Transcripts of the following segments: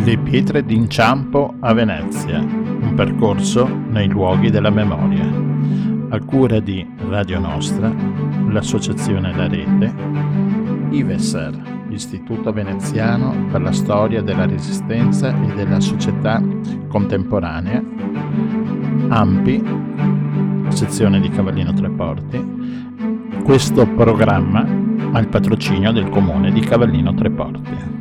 Le pietre d'inciampo a Venezia, un percorso nei luoghi della memoria, a cura di Radio Nostra, l'Associazione La Rete, IVESER, Istituto Veneziano per la Storia della Resistenza e della Società Contemporanea, AMPI, sezione di Cavallino Treporti. Questo programma ha il patrocinio del Comune di Cavallino Treporti.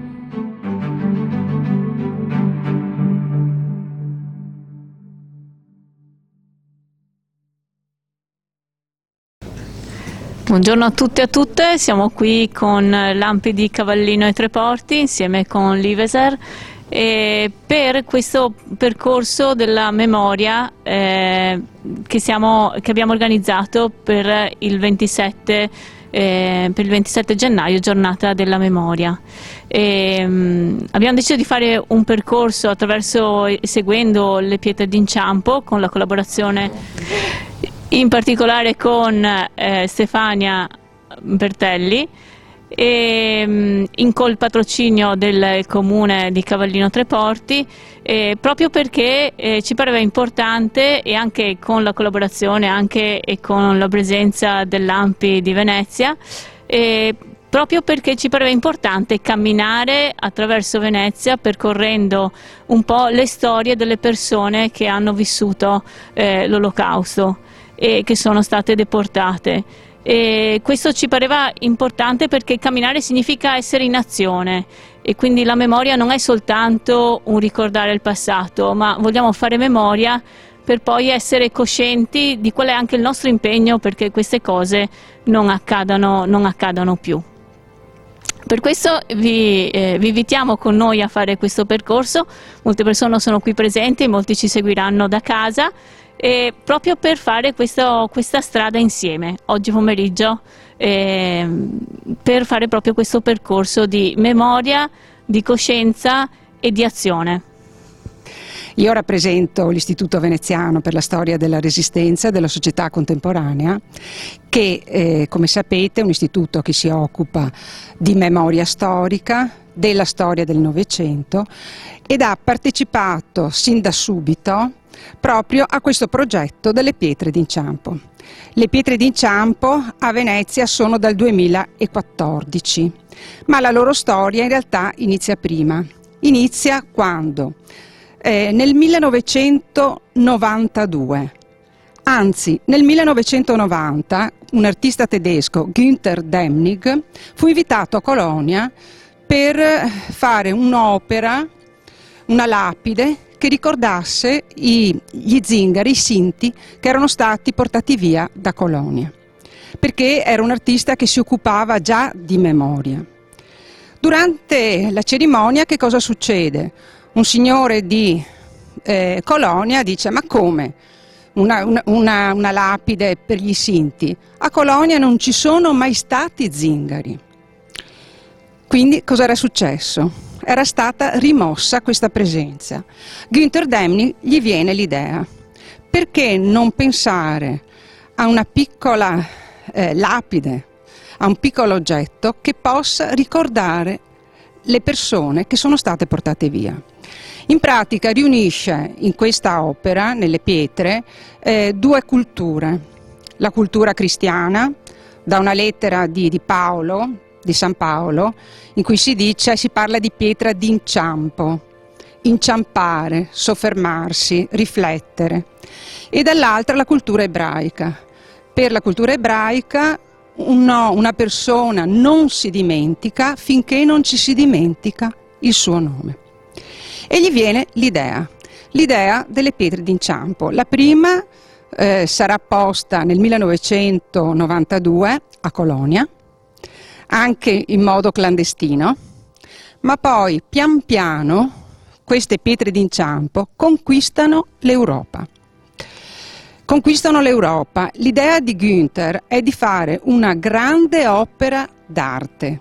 Buongiorno a tutti e a tutte, siamo qui con l'AMPI di Cavallino e Treporti insieme con l'IVESER per questo percorso della memoria che abbiamo organizzato per il 27 gennaio, giornata della memoria. Abbiamo deciso di fare un percorso seguendo le pietre d'inciampo con la collaborazione in particolare con Stefania Bertelli col patrocinio del Comune di Cavallino Treporti, proprio perché ci pareva importante, e anche con la collaborazione e con la presenza dell'AMPI di Venezia, proprio perché ci pareva importante camminare attraverso Venezia percorrendo un po' le storie delle persone che hanno vissuto l'Olocausto e che sono state deportate. E questo ci pareva importante perché camminare significa essere in azione, e quindi la memoria non è soltanto un ricordare il passato, ma vogliamo fare memoria per poi essere coscienti di qual è anche il nostro impegno perché queste cose non accadano più. Per questo vi invitiamo con noi a fare questo percorso. Molte persone sono qui presenti, molti ci seguiranno da casa, proprio per fare questa strada insieme oggi pomeriggio, per fare proprio questo percorso di memoria, di coscienza e di azione. Io rappresento l'Istituto Veneziano per la Storia della Resistenza e della Società Contemporanea, che come sapete è un istituto che si occupa di memoria storica, della storia del Novecento, ed ha partecipato sin da subito proprio a questo progetto delle pietre d'inciampo. Le pietre d'inciampo a Venezia sono dal 2014, ma la loro storia in realtà inizia prima. Inizia quando? Nel 1992, anzi nel 1990, un artista tedesco, Günther Demnig, fu invitato a Colonia per fare un'opera, una lapide, che ricordasse gli zingari, i sinti, che erano stati portati via da Colonia, perché era un artista che si occupava già di memoria. Durante la cerimonia che cosa succede? Un signore di Colonia dice: ma come? Una lapide per gli sinti? A Colonia non ci sono mai stati zingari. Quindi cosa era successo? Era stata rimossa questa presenza. Günther Demnig gli viene l'idea: perché non pensare a una piccola lapide, a un piccolo oggetto che possa ricordare le persone che sono state portate via? In pratica riunisce in questa opera, nelle pietre, due culture: la cultura cristiana, da una lettera di San Paolo, in cui si parla di pietra d'inciampo, inciampare, soffermarsi, riflettere, e dall'altra la cultura ebraica. Per la cultura ebraica una persona non si dimentica finché non ci si dimentica il suo nome. E gli viene l'idea delle pietre d'inciampo. La prima sarà posta nel 1992 a Colonia, anche in modo clandestino, ma poi pian piano queste pietre d'inciampo conquistano l'Europa. L'idea di Günther è di fare una grande opera d'arte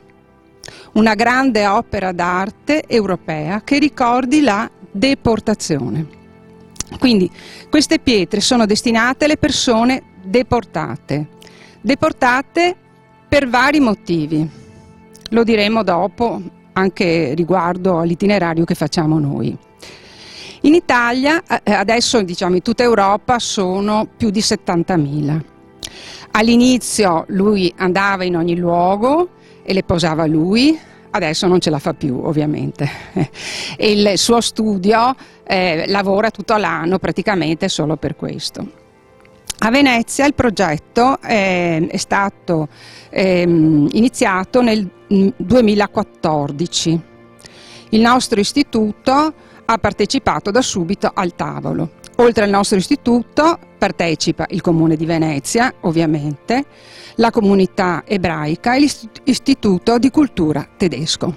europea che ricordi la deportazione. Quindi queste pietre sono destinate alle persone deportate per vari motivi. Lo diremo dopo anche riguardo all'itinerario che facciamo noi. In Italia, adesso diciamo in tutta Europa, sono più di 70.000. All'inizio lui andava in ogni luogo e le posava lui, adesso non ce la fa più ovviamente. E il suo studio lavora tutto l'anno praticamente solo per questo. A Venezia il progetto è stato iniziato nel 2014. Il nostro istituto ha partecipato da subito al tavolo. Oltre al nostro istituto partecipa il Comune di Venezia, ovviamente, la comunità ebraica e l'Istituto di Cultura Tedesco.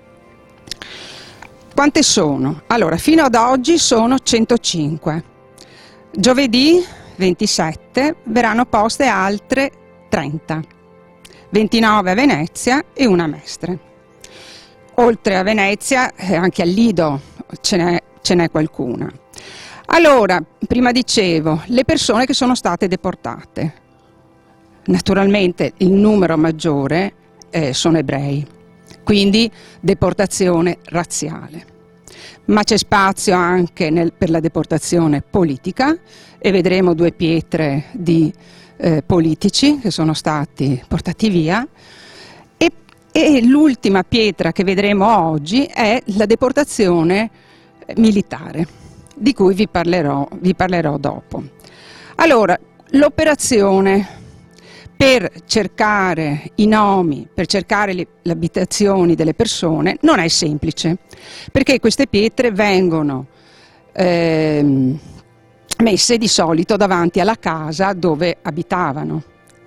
Quante sono? Allora, fino ad oggi sono 105. Giovedì 27 verranno poste altre 30. 29 a Venezia e una a Mestre. Oltre a Venezia, anche al Lido ce n'è qualcuna. Allora, prima dicevo, le persone che sono state deportate. Naturalmente il numero maggiore sono ebrei, quindi deportazione razziale. Ma c'è spazio anche per la deportazione politica e vedremo 2 pietre di politici che sono stati portati via. E l'ultima pietra che vedremo oggi è la deportazione militare, di cui vi parlerò dopo. Allora, l'operazione per cercare i nomi, per cercare le abitazioni delle persone non è semplice, perché queste pietre vengono messe di solito davanti alla casa dove abitavano.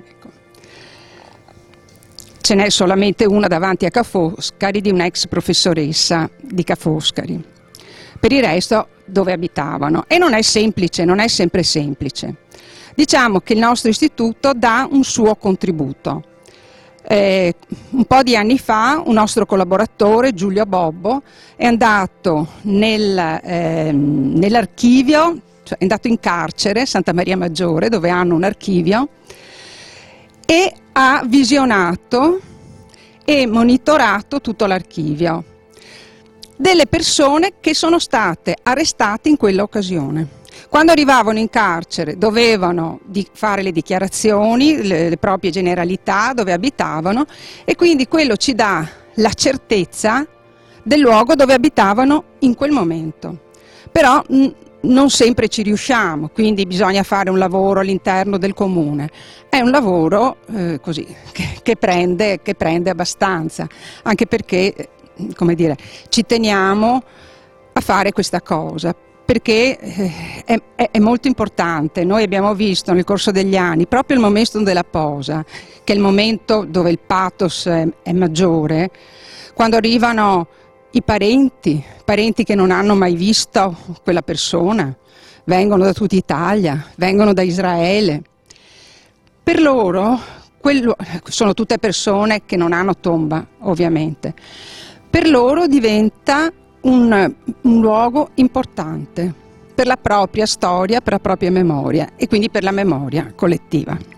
Ce n'è solamente una davanti a Ca' Foscari di un'ex professoressa di Ca' Foscari. Per il resto dove abitavano. E non è semplice, non è sempre semplice. Diciamo che il nostro istituto dà un suo contributo. Un po' di anni fa un nostro collaboratore, Giulio Bobbo, è andato nell'archivio, cioè è andato in carcere, Santa Maria Maggiore, dove hanno un archivio, e ha visionato e monitorato tutto l'archivio delle persone che sono state arrestate in quella occasione. Quando arrivavano in carcere dovevano fare le dichiarazioni, le proprie generalità, dove abitavano, e quindi quello ci dà la certezza del luogo dove abitavano in quel momento. Però non sempre ci riusciamo, quindi bisogna fare un lavoro all'interno del comune. È un lavoro così che prende abbastanza, anche perché, come dire, ci teniamo a fare questa cosa, perché è molto importante. Noi abbiamo visto nel corso degli anni, proprio il momento della posa, che è il momento dove il pathos è maggiore, quando arrivano i parenti che non hanno mai visto quella persona, vengono da tutta Italia, vengono da Israele. Per loro, sono tutte persone che non hanno tomba, ovviamente. Per loro diventa un luogo importante per la propria storia, per la propria memoria e quindi per la memoria collettiva.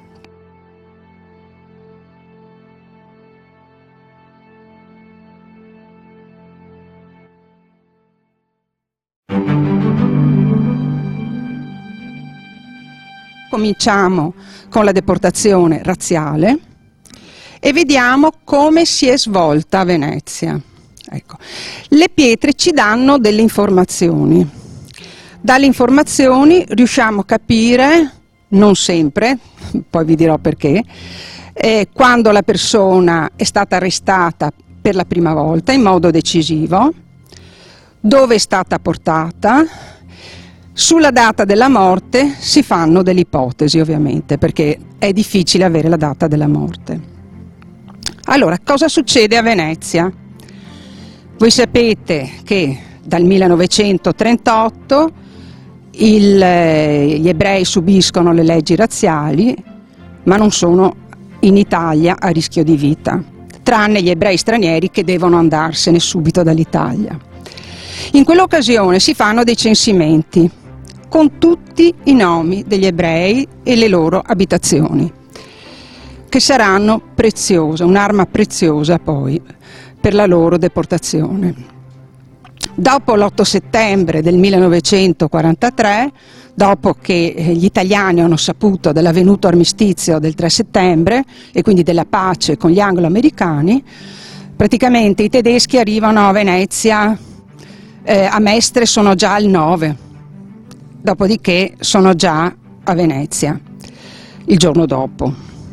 Cominciamo con la deportazione razziale e vediamo come si è svolta a Venezia. Ecco. Le pietre ci danno delle informazioni. Dalle informazioni riusciamo a capire, non sempre, poi vi dirò perché, quando la persona è stata arrestata per la prima volta in modo decisivo, dove è stata portata. Sulla data della morte si fanno delle ipotesi, ovviamente, perché è difficile avere la data della morte. Allora, cosa succede a Venezia? Voi sapete che dal 1938 gli ebrei subiscono le leggi razziali, ma non sono in Italia a rischio di vita, tranne gli ebrei stranieri che devono andarsene subito dall'Italia. In quell'occasione si fanno dei censimenti con tutti i nomi degli ebrei e le loro abitazioni, che saranno preziose, un'arma preziosa poi per la loro deportazione. Dopo l'8 settembre del 1943, dopo che gli italiani hanno saputo dell'avvenuto armistizio del 3 settembre e quindi della pace con gli anglo-americani, praticamente i tedeschi arrivano a Venezia, a Mestre sono già al 9, dopodiché sono già a Venezia il giorno dopo.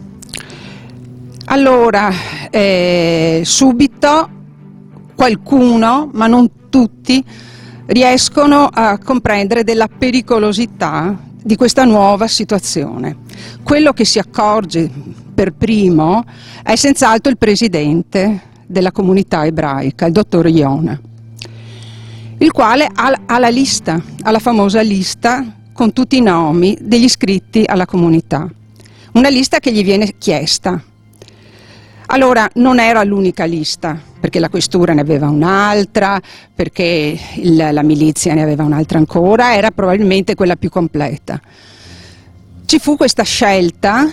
Allora, subito qualcuno, ma non tutti, riescono a comprendere della pericolosità di questa nuova situazione. Quello che si accorge per primo è senz'altro il presidente della comunità ebraica, il dottor Yona, il quale ha la lista, ha la famosa lista con tutti i nomi degli iscritti alla comunità, una lista che gli viene chiesta. Allora, non era l'unica lista, perché la questura ne aveva un'altra, perché la milizia ne aveva un'altra ancora, era probabilmente quella più completa. Ci fu questa scelta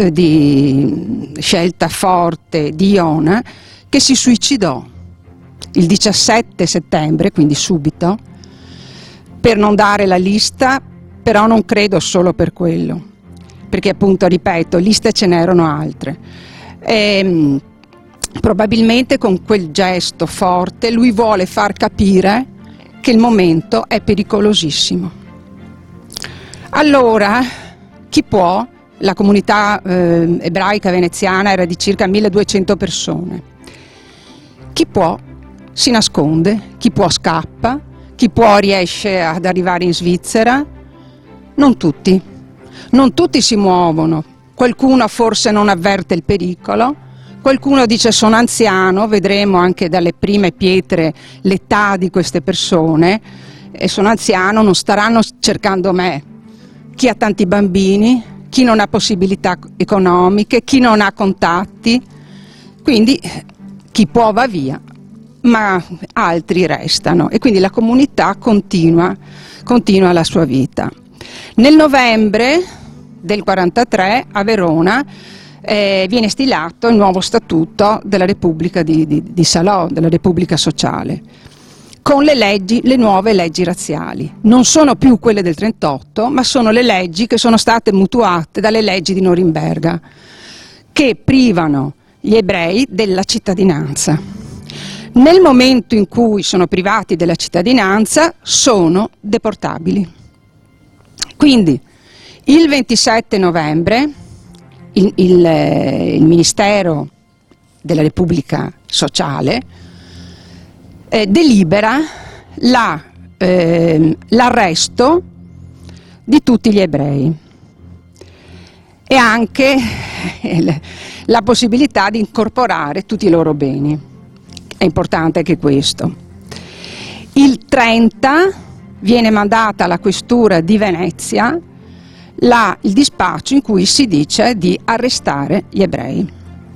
forte di Yona, che si suicidò il 17 settembre, quindi subito, per non dare la lista, però non credo solo per quello, perché appunto, ripeto, liste ce n'erano altre. Probabilmente con quel gesto forte lui vuole far capire che il momento è pericolosissimo. Allora, chi può? La comunità ebraica veneziana era di circa 1200 persone. Chi può si nasconde, chi può scappa, chi può riesce ad arrivare in Svizzera. Non tutti si muovono. Qualcuno forse non avverte il pericolo, qualcuno dice sono anziano, vedremo anche dalle prime pietre l'età di queste persone, e sono anziano, non staranno cercando me. Chi ha tanti bambini, chi non ha possibilità economiche, chi non ha contatti, quindi chi può va via, ma altri restano, e quindi la comunità continua la sua vita. Nel novembre del 43 a Verona viene stilato il nuovo statuto della Repubblica di Salò, della Repubblica Sociale, con le nuove leggi razziali. Non sono più quelle del 38, ma sono le leggi che sono state mutuate dalle leggi di Norimberga, che privano gli ebrei della cittadinanza. Nel momento in cui sono privati della cittadinanza, sono deportabili. Quindi il 27 novembre il Ministero della Repubblica Sociale delibera l'arresto di tutti gli ebrei e anche la possibilità di incorporare tutti i loro beni. È importante anche questo. Il 30 viene mandata alla questura di Venezia il dispaccio in cui si dice di arrestare gli ebrei.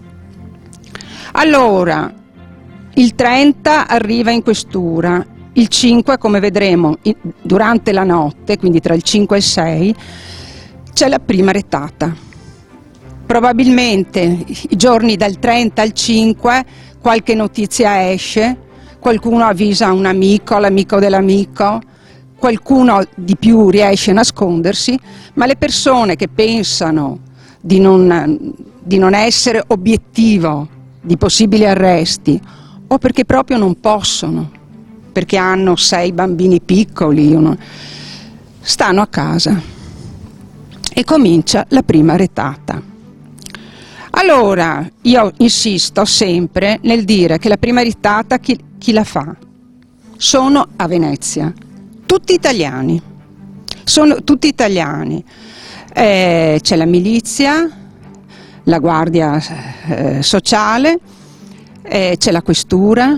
Allora, il 30 arriva in questura, il 5, come vedremo, durante la notte, quindi tra il 5 e il 6, c'è la prima retata. Probabilmente i giorni dal 30 al 5 qualche notizia esce, qualcuno avvisa un amico, l'amico dell'amico, qualcuno di più riesce a nascondersi, ma le persone che pensano di non essere obiettivo di possibili arresti, o perché proprio non possono, perché hanno 6 bambini piccoli, stanno a casa e comincia la prima retata. Allora, io insisto sempre nel dire che la prima retata chi la fa? Sono a Venezia. Tutti italiani, sono tutti italiani, c'è la milizia, la guardia sociale, c'è la questura,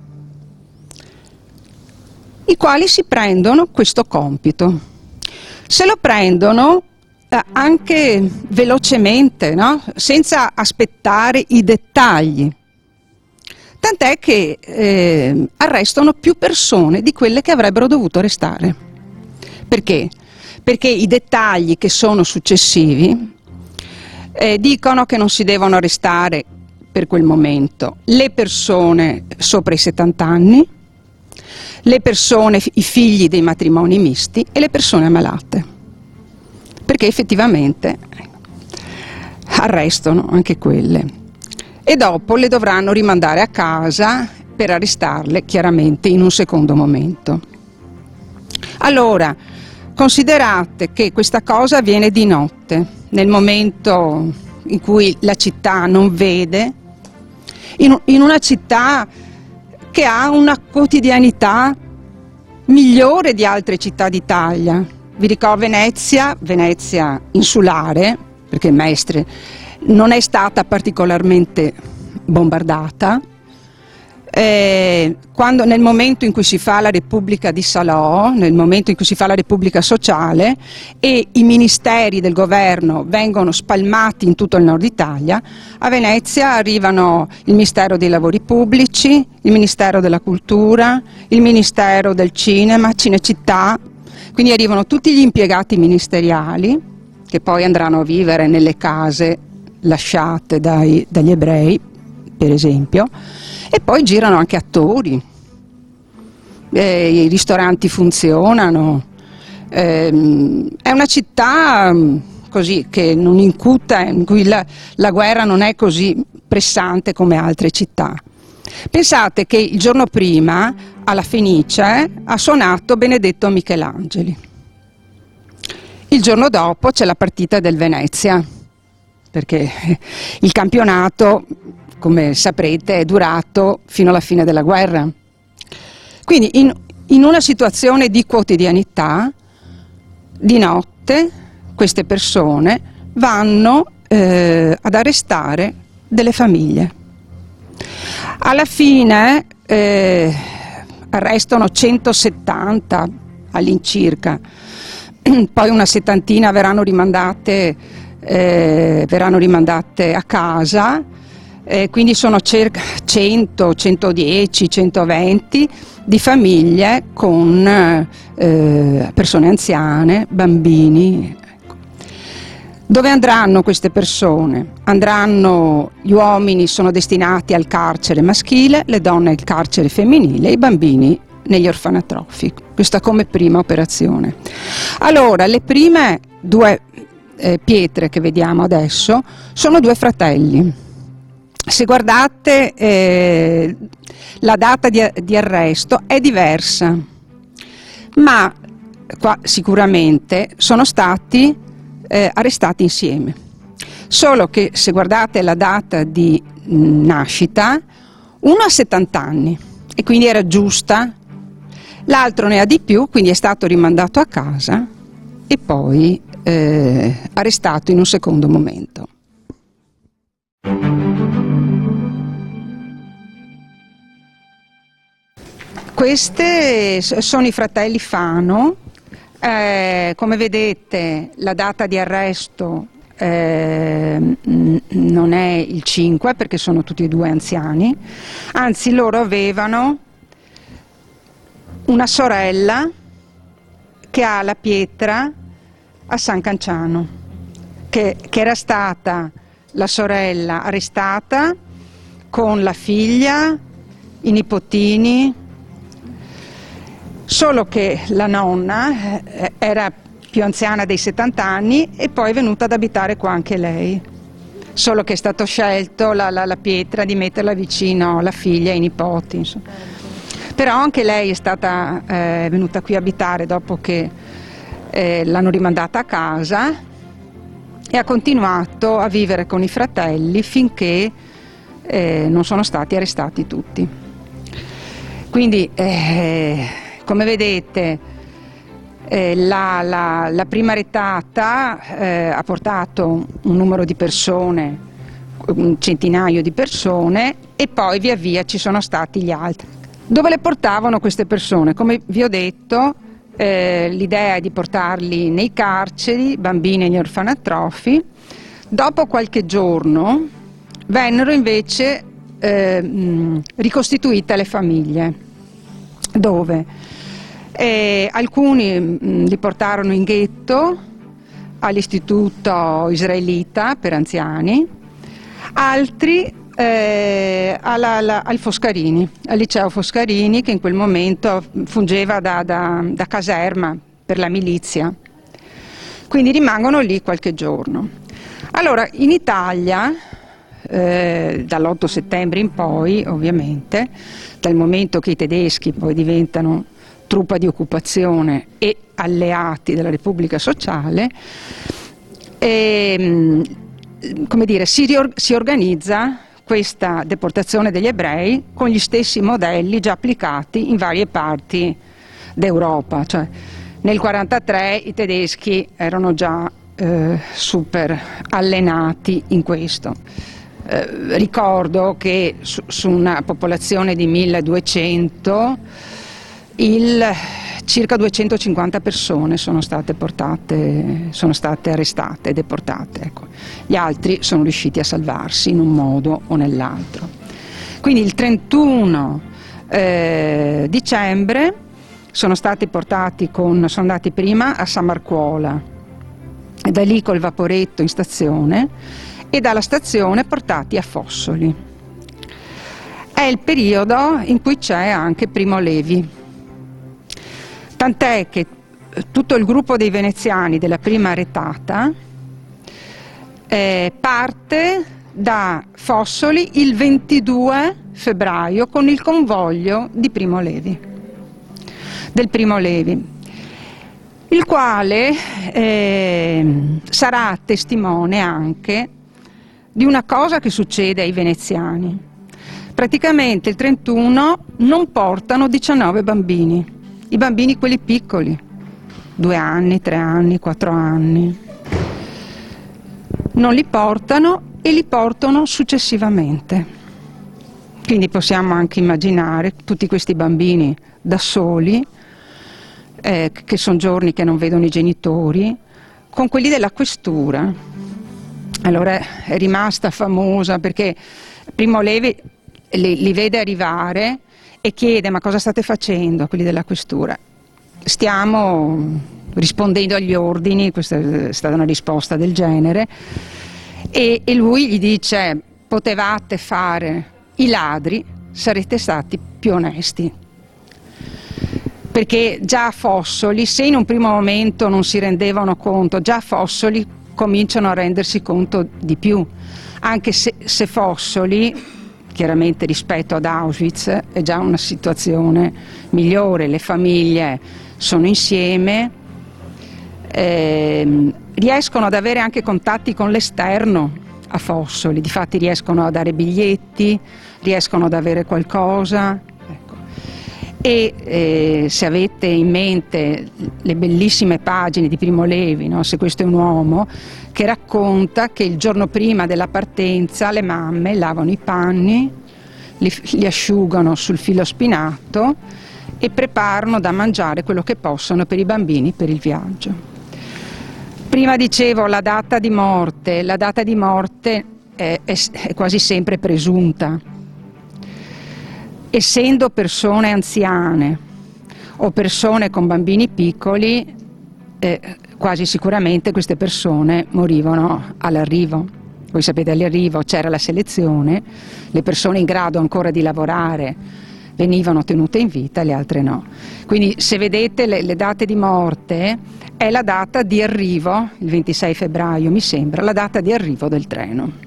i quali si prendono questo compito. Se lo prendono anche velocemente, no? Senza aspettare i dettagli. Tant'è che arrestano più persone di quelle che avrebbero dovuto arrestare. Perché? Perché i dettagli che sono successivi dicono che non si devono arrestare per quel momento le persone sopra i 70 anni, le persone, i figli dei matrimoni misti e le persone ammalate, perché effettivamente arrestano anche quelle e dopo le dovranno rimandare a casa per arrestarle chiaramente in un secondo momento. Allora, considerate che questa cosa avviene di notte, nel momento in cui la città non vede, in una città che ha una quotidianità migliore di altre città d'Italia. Vi ricordo Venezia insulare, perché Mestre non è stata particolarmente bombardata. Nel momento in cui si fa la Repubblica di Salò, nel momento in cui si fa la Repubblica Sociale e i ministeri del governo vengono spalmati in tutto il nord Italia, a Venezia arrivano il Ministero dei Lavori Pubblici, il Ministero della Cultura, il Ministero del Cinema, Cinecittà, quindi arrivano tutti gli impiegati ministeriali che poi andranno a vivere nelle case lasciate dagli ebrei, per esempio. E poi girano anche attori, i ristoranti funzionano, è una città così che non incute, in cui la guerra non è così pressante come altre città. Pensate che il giorno prima alla Fenice ha suonato Benedetto Michelangeli, il giorno dopo c'è la partita del Venezia, perché il campionato, come saprete, è durato fino alla fine della guerra. Quindi in una situazione di quotidianità, di notte, queste persone vanno ad arrestare delle famiglie. Alla fine arrestano 170 all'incirca, poi una settantina verranno rimandate a casa. Quindi sono circa 100, 110, 120 di famiglie con persone anziane, bambini. Dove andranno queste persone? Gli uomini sono destinati al carcere maschile, le donne al carcere femminile, i bambini negli orfanatrofi. Questa come prima operazione. Allora, le prime due pietre che vediamo adesso sono due fratelli. Se guardate la data di arresto è diversa, ma qua sicuramente sono stati arrestati insieme. Solo che se guardate la data di nascita, uno ha 70 anni e quindi era giusta, l'altro ne ha di più, quindi è stato rimandato a casa e poi arrestato in un secondo momento. Questi sono i fratelli Fano, come vedete la data di arresto non è il 5 perché sono tutti e due anziani, anzi loro avevano una sorella che ha la pietra a San Canciano, che era stata la sorella arrestata con la figlia, i nipotini. Solo che la nonna era più anziana dei 70 anni e poi è venuta ad abitare qua anche lei. Solo che è stato scelto la pietra di metterla vicino alla figlia e ai nipoti. Insomma. Però anche lei è stata venuta qui a abitare dopo che l'hanno rimandata a casa e ha continuato a vivere con i fratelli finché non sono stati arrestati tutti. Quindi come vedete la prima retata ha portato un numero di persone, un centinaio di persone, e poi via via ci sono stati gli altri. Dove le portavano queste persone? Come vi ho detto, l'idea è di portarli nei carceri, bambini negli orfanatrofi. Dopo qualche giorno vennero invece ricostituite le famiglie. Dove? Alcuni li portarono in ghetto all'istituto israelita per anziani, altri al Foscarini, al liceo Foscarini, che in quel momento fungeva da caserma per la milizia. Quindi rimangono lì qualche giorno. Allora, in Italia, dall'8 settembre in poi, ovviamente, dal momento che i tedeschi poi diventano truppa di occupazione e alleati della Repubblica Sociale, come dire, si organizza questa deportazione degli ebrei con gli stessi modelli già applicati in varie parti d'Europa. Cioè, nel 1943 i tedeschi erano già super allenati in questo. Ricordo che su una popolazione di 1200 circa 250 persone sono state arrestate e deportate. Ecco. Gli altri sono riusciti a salvarsi in un modo o nell'altro. Quindi il 31 dicembre sono andati prima a San Marcuola, e da lì col vaporetto in stazione, e dalla stazione portati a Fossoli. È il periodo in cui c'è anche Primo Levi. Tant'è che tutto il gruppo dei veneziani della prima retata parte da Fossoli il 22 febbraio con il convoglio di del Primo Levi, il quale sarà testimone anche di una cosa che succede ai veneziani. Praticamente il 31 non portano 19 bambini, i bambini quelli piccoli, 2 anni, 3 anni, 4 anni. Non li portano e li portano successivamente. Quindi possiamo anche immaginare tutti questi bambini da soli, che sono giorni che non vedono i genitori, con quelli della questura. Allora è rimasta famosa perché Primo Levi li vede arrivare e chiede: ma cosa state facendo? Quelli della questura: stiamo rispondendo agli ordini. Questa è stata una risposta del genere, e lui gli dice: potevate fare i ladri, sarete stati più onesti. Perché già a Fossoli, se in un primo momento non si rendevano conto, già a Fossoli cominciano a rendersi conto di più, anche se Fossoli, chiaramente rispetto ad Auschwitz, è già una situazione migliore, le famiglie sono insieme, riescono ad avere anche contatti con l'esterno a Fossoli, difatti riescono a dare biglietti, riescono ad avere qualcosa. E se avete in mente le bellissime pagine di Primo Levi, no? Se questo è un uomo, che racconta che il giorno prima della partenza le mamme lavano i panni, li asciugano sul filo spinato e preparano da mangiare quello che possono per i bambini per il viaggio. Prima dicevo la data di morte è quasi sempre presunta. Essendo persone anziane o persone con bambini piccoli, quasi sicuramente queste persone morivano all'arrivo. Voi sapete, all'arrivo c'era la selezione, le persone in grado ancora di lavorare venivano tenute in vita, le altre no. Quindi se vedete le date di morte è la data di arrivo, il 26 febbraio mi sembra, la data di arrivo del treno.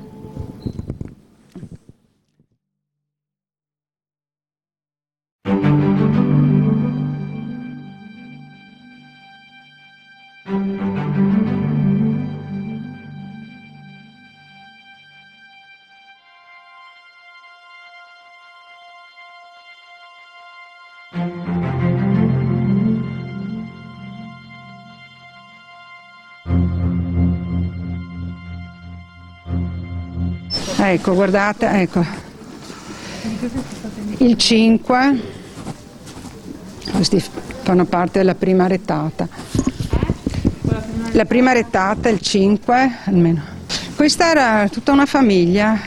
Ecco, guardate, ecco, il 5, questi fanno parte della prima retata. La prima retata, il 5, almeno. Questa era tutta una famiglia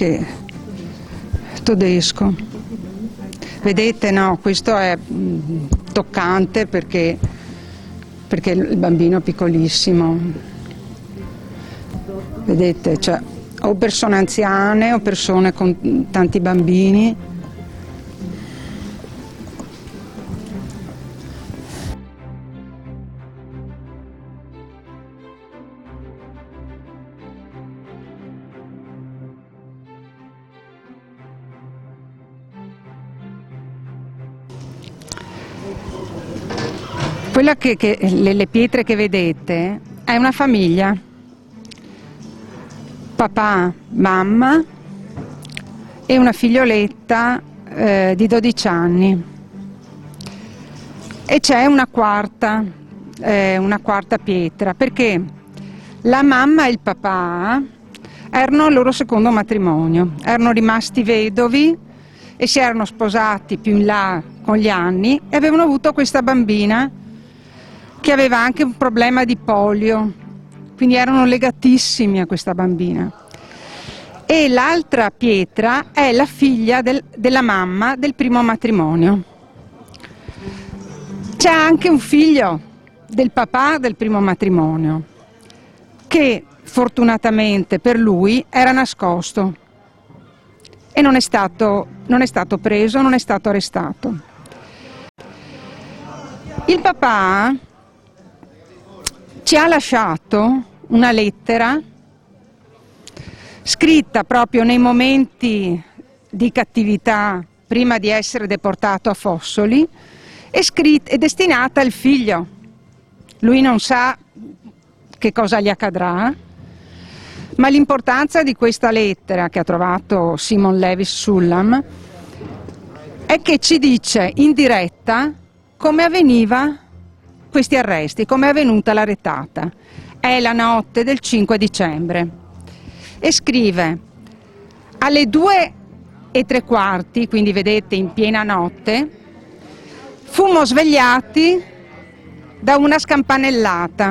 tedesco. Vedete, no, questo è toccante perché il bambino è piccolissimo. Vedete, cioè, o persone anziane o persone con tanti bambini. Quella le pietre che vedete è una famiglia, papà, mamma e una figlioletta di 12 anni, e c'è una quarta pietra, perché la mamma e il papà erano al loro secondo matrimonio, erano rimasti vedovi e si erano sposati più in là con gli anni e avevano avuto questa bambina che aveva anche un problema di polio, quindi erano legatissimi a questa bambina. E l'altra pietra è la figlia della mamma del primo matrimonio. C'è anche un figlio del papà del primo matrimonio, che fortunatamente per lui era nascosto e non è stato preso, non è stato arrestato. Il papà ci ha lasciato una lettera scritta proprio nei momenti di cattività prima di essere deportato a Fossoli, è destinata al figlio. Lui non sa che cosa gli accadrà, ma l'importanza di questa lettera che ha trovato Simon Lewis Sullam è che ci dice in diretta come avveniva questi arresti, come è avvenuta la retata. È la notte del 5 dicembre e scrive: alle 2:03, quindi vedete in piena notte, fummo svegliati da una scampanellata.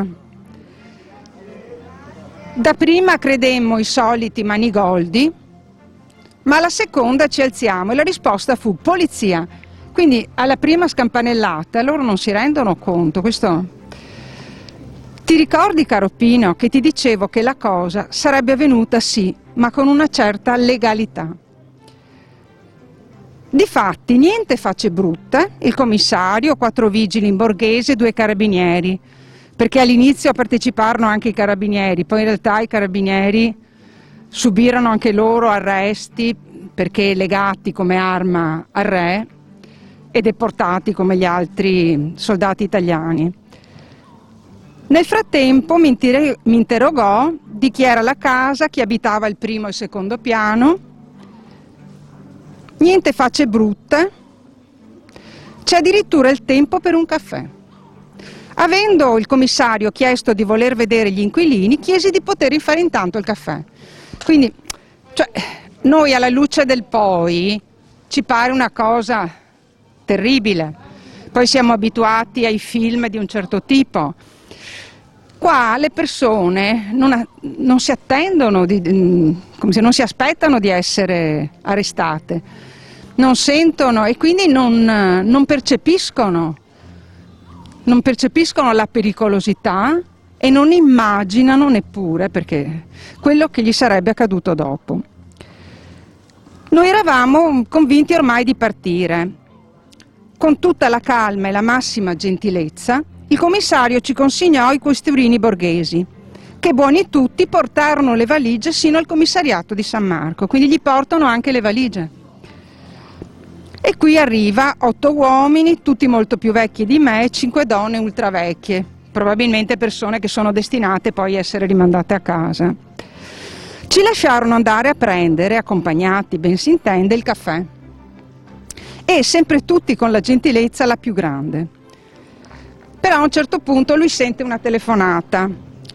Dapprima credemmo i soliti manigoldi, ma alla seconda ci alziamo e la risposta fu polizia. Quindi alla prima scampanellata loro non si rendono conto. Questo... Ti ricordi, caro Pino, che ti dicevo che la cosa sarebbe avvenuta sì, ma con una certa legalità. Difatti niente facce brutte, il commissario, 4 vigili in borghese, 2 carabinieri, perché all'inizio parteciparono anche i carabinieri, poi in realtà i carabinieri subirono anche loro arresti perché legati come arma al re e deportati come gli altri soldati italiani. Nel frattempo mi interrogò di chi era la casa, chi abitava il primo e il secondo piano. Niente facce brutte, c'è addirittura il tempo per un caffè. Avendo il commissario chiesto di voler vedere gli inquilini, chiesi di poter fare intanto il caffè. Quindi, noi alla luce del poi ci pare una cosa terribile, poi siamo abituati ai film di un certo tipo. Qua le persone non si attendono, come se non si aspettano di essere arrestate, non sentono e quindi non percepiscono la pericolosità e non immaginano neppure perché quello che gli sarebbe accaduto dopo. Noi eravamo convinti ormai di partire. Con tutta la calma e la massima gentilezza, il commissario ci consegnò i questurini borghesi, che buoni tutti portarono le valigie sino al commissariato di San Marco, quindi gli portano anche le valigie. E qui arriva 8 uomini, tutti molto più vecchi di me, e 5 donne ultravecchie, probabilmente persone che sono destinate poi a essere rimandate a casa. Ci lasciarono andare a prendere, accompagnati, ben si intende, il caffè. E sempre tutti con la gentilezza la più grande. Però a un certo punto lui sente una telefonata.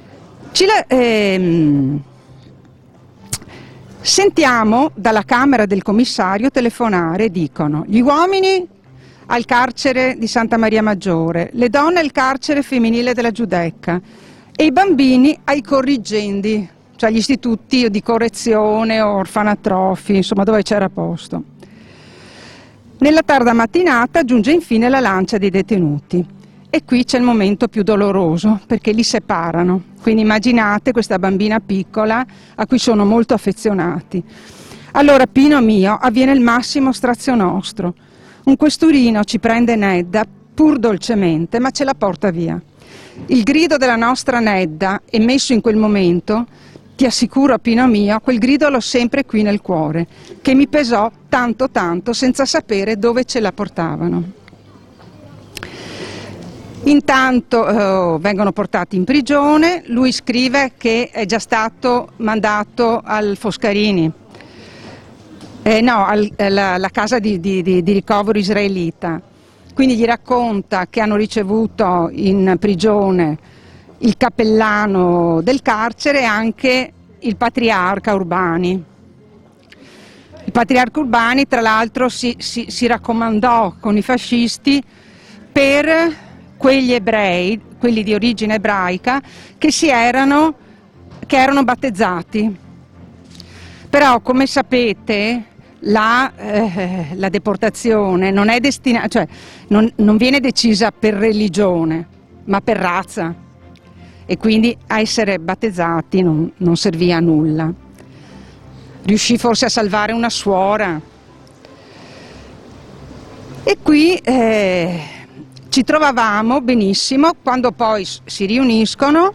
Sentiamo dalla camera del commissario telefonare, dicono: gli uomini al carcere di Santa Maria Maggiore, le donne al carcere femminile della Giudecca e i bambini ai corrigendi, cioè agli istituti di correzione o orfanatrofi, insomma dove c'era posto. Nella tarda mattinata giunge infine la lancia dei detenuti E qui c'è il momento più doloroso, perché li separano. Quindi immaginate questa bambina piccola a cui sono molto affezionati. Allora, Pino mio, avviene il massimo strazio nostro. Un questurino ci prende Nedda, pur dolcemente, ma ce la porta via. Il grido della nostra Nedda, emesso in quel momento, ti assicuro, Pino mio, quel grido l'ho sempre qui nel cuore, che mi pesò tanto tanto senza sapere dove ce la portavano. Intanto vengono portati in prigione, lui scrive che è già stato mandato al Foscarini, alla casa di ricovero israelita, quindi gli racconta che hanno ricevuto in prigione il cappellano del carcere e anche il patriarca Urbani. Il patriarca Urbani tra l'altro si raccomandò con i fascisti per quegli ebrei, quelli di origine ebraica, che erano battezzati. Però, come sapete, la deportazione non è destinata, cioè non viene decisa per religione, ma per razza. E quindi a essere battezzati non servì a nulla. Riuscì forse a salvare una suora. E qui ci trovavamo benissimo quando poi si riuniscono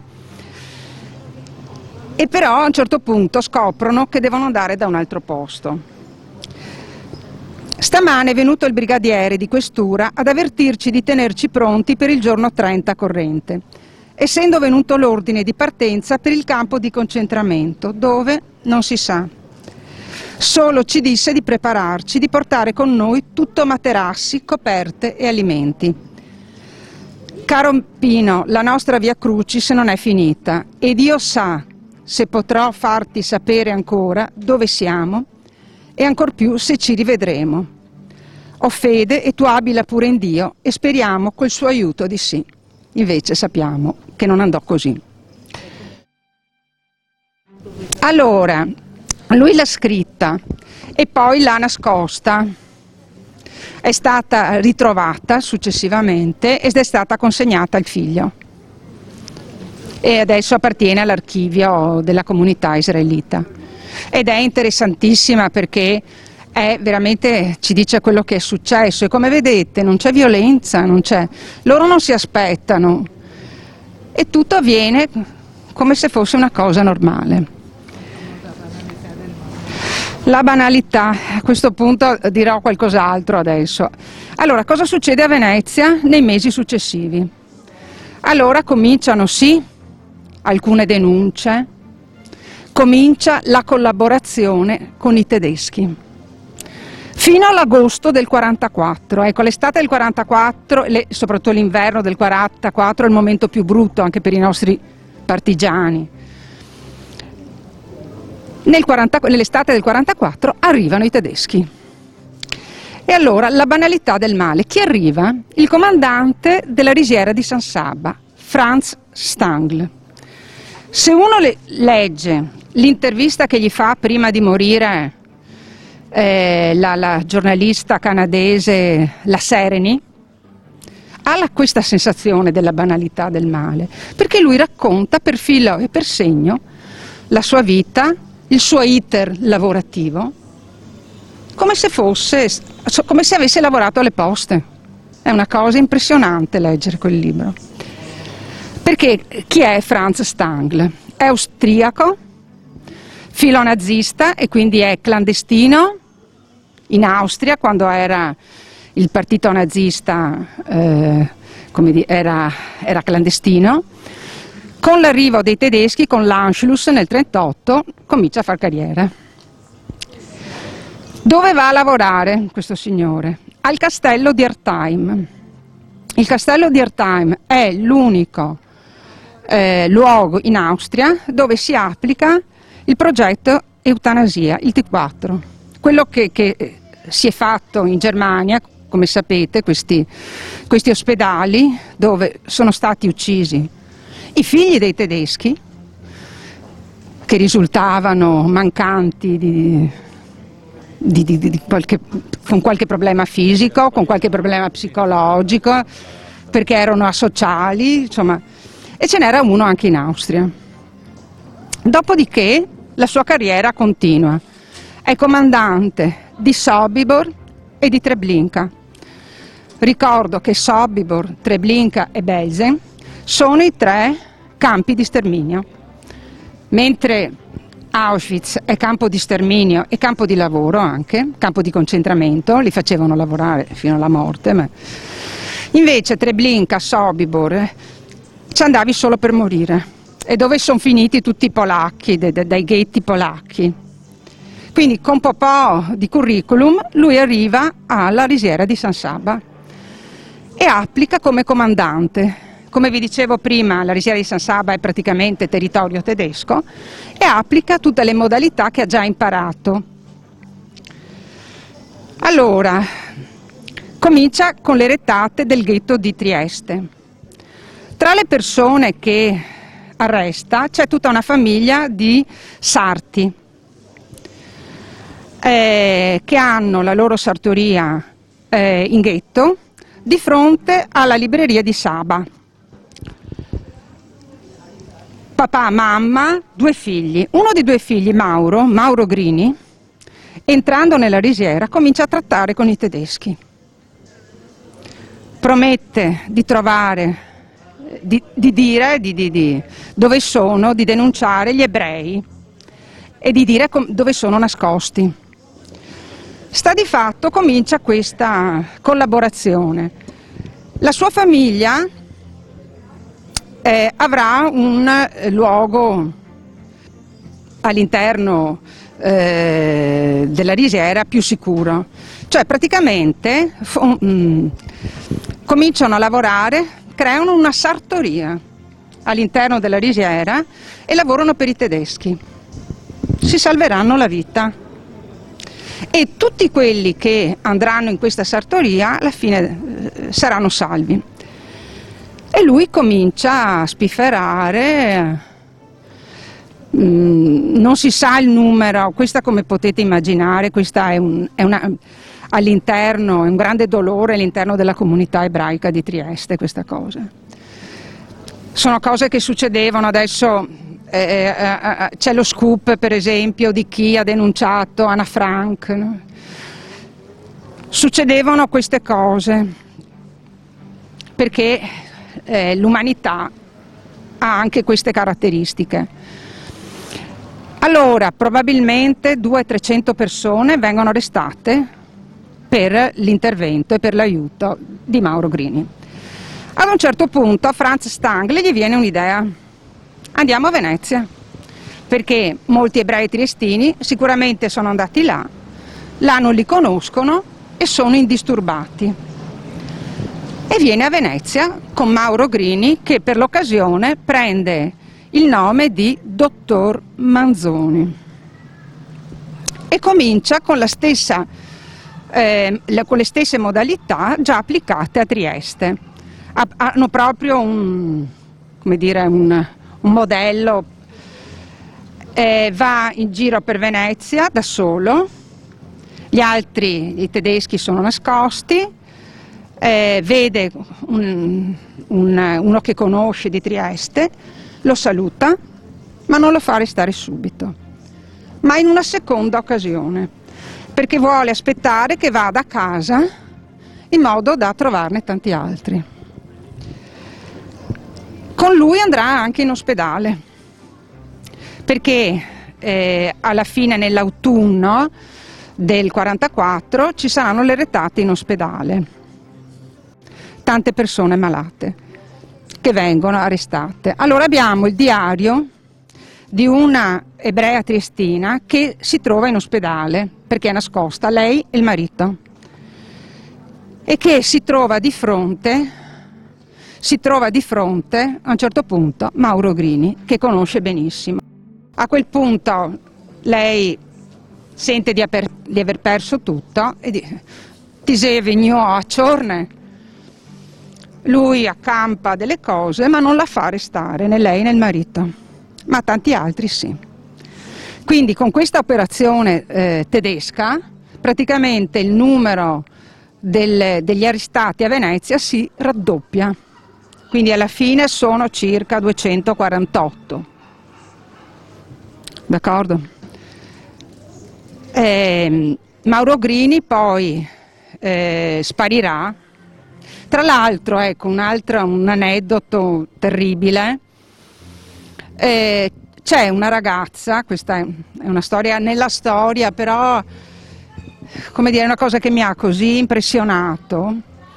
e però a un certo punto scoprono che devono andare da un altro posto. Stamane è venuto il brigadiere di questura ad avvertirci di tenerci pronti per il giorno 30 corrente, essendo venuto l'ordine di partenza per il campo di concentramento, dove non si sa. Solo ci disse di prepararci, di portare con noi tutto materassi, coperte e alimenti. Caro Pino, la nostra via Crucis non è finita e Dio sa se potrò farti sapere ancora dove siamo e ancor più se ci rivedremo. Ho fede e tu abila pure in Dio e speriamo col suo aiuto di sì. Invece sappiamo che non andò così. Allora, lui l'ha scritta e poi l'ha nascosta. È stata ritrovata successivamente ed è stata consegnata al figlio e adesso appartiene all'archivio della comunità israelita ed è interessantissima perché veramente ci dice quello che è successo e come vedete non c'è violenza, loro non si aspettano e tutto avviene come se fosse una cosa normale. La banalità, a questo punto dirò qualcos'altro adesso. Allora, cosa succede a Venezia nei mesi successivi? Allora cominciano sì alcune denunce, comincia la collaborazione con i tedeschi. Fino all'agosto del 44, ecco l'estate del 44, soprattutto l'inverno del 44 è il momento più brutto anche per i nostri partigiani. Nell'estate del 44 arrivano i tedeschi. E allora la banalità del male. Chi arriva? Il comandante della risiera di San Sabba, Franz Stangl. Se uno legge l'intervista che gli fa prima di morire la giornalista canadese La Sereni, ha questa sensazione della banalità del male, perché lui racconta per filo e per segno la sua vita, il suo iter lavorativo, come se avesse lavorato alle poste. È una cosa impressionante leggere quel libro. Perché chi è Franz Stangl? È austriaco, filonazista e quindi è clandestino in Austria quando era il partito nazista, era clandestino. Con l'arrivo dei tedeschi, con l'Anschluss nel 1938, comincia a far carriera. Dove va a lavorare questo signore? Al castello di Ertheim. Il castello di Ertheim è l'unico luogo in Austria dove si applica il progetto eutanasia, il T4. Quello che si è fatto in Germania, come sapete, questi ospedali dove sono stati uccisi i figli dei tedeschi che risultavano mancanti con qualche problema fisico, con qualche problema psicologico, perché erano asociali, insomma, e ce n'era uno anche in Austria. Dopodiché la sua carriera continua. È comandante di Sobibor e di Treblinka. Ricordo che Sobibor, Treblinka e Belzec sono i 3 campi di sterminio, mentre Auschwitz è campo di sterminio e campo di lavoro anche, campo di concentramento, li facevano lavorare fino alla morte, ma invece Treblinka, Sobibor, ci andavi solo per morire. E dove sono finiti tutti i polacchi, dai ghetti polacchi. Quindi con po' di curriculum lui arriva alla risiera di San Saba e applica come comandante. Come vi dicevo prima, la risiera di San Saba è praticamente territorio tedesco e applica tutte le modalità che ha già imparato. Allora, comincia con le rettate del ghetto di Trieste. Tra le persone che arresta c'è tutta una famiglia di sarti che hanno la loro sartoria in ghetto di fronte alla libreria di Saba. Papà, mamma, 2 figli. Uno dei 2 figli, Mauro Grini, entrando nella risiera comincia a trattare con i tedeschi. Promette di trovare, di dire dove sono, di denunciare gli ebrei e di dire dove sono nascosti. Sta di fatto, comincia questa collaborazione. La sua famiglia avrà un luogo all'interno della risiera più sicuro, cioè praticamente cominciano a lavorare, creano una sartoria all'interno della risiera e lavorano per i tedeschi. Si salveranno la vita e tutti quelli che andranno in questa sartoria alla fine saranno salvi. E lui comincia a spifferare, non si sa il numero, questa, come potete immaginare, questa è all'interno, è un grande dolore all'interno della comunità ebraica di Trieste, questa cosa. Sono cose che succedevano, adesso c'è lo scoop per esempio di chi ha denunciato Anna Frank, no? Succedevano queste cose perché l'umanità ha anche queste caratteristiche. Allora probabilmente 200-300 persone vengono arrestate per l'intervento e per l'aiuto di Mauro Grini. Ad un certo punto a Franz Stangl gli viene un'idea: andiamo a Venezia, perché molti ebrei triestini sicuramente sono andati là non li conoscono e sono indisturbati. E viene a Venezia con Mauro Grini, che per l'occasione prende il nome di Dottor Manzoni e comincia con le stesse modalità già applicate a Trieste. Hanno proprio un modello. Va in giro per Venezia da solo, gli altri, i tedeschi, sono nascosti, vede uno che conosce di Trieste, lo saluta, ma non lo fa restare subito, ma in una seconda occasione, perché vuole aspettare che vada a casa in modo da trovarne tanti altri. Con lui andrà anche in ospedale, perché alla fine, nell'autunno del 44, ci saranno le rettate in ospedale. Tante persone malate che vengono arrestate. Allora abbiamo il diario di una ebrea triestina che si trova in ospedale perché è nascosta, lei e il marito, e che si trova di fronte a un certo punto Mauro Grini, che conosce benissimo. A quel punto lei sente di aver perso tutto e dice: ti sei venuto a Ciorne? Lui accampa delle cose, ma non la fa restare, né lei né il marito, ma tanti altri sì. Quindi con questa operazione tedesca praticamente il numero degli arrestati a Venezia si raddoppia, quindi alla fine sono circa 248. D'accordo? Mauro Grini poi sparirà. Tra l'altro, ecco, un aneddoto terribile. C'è una ragazza, questa è una storia nella storia, però come dire, è una cosa che mi ha così impressionato.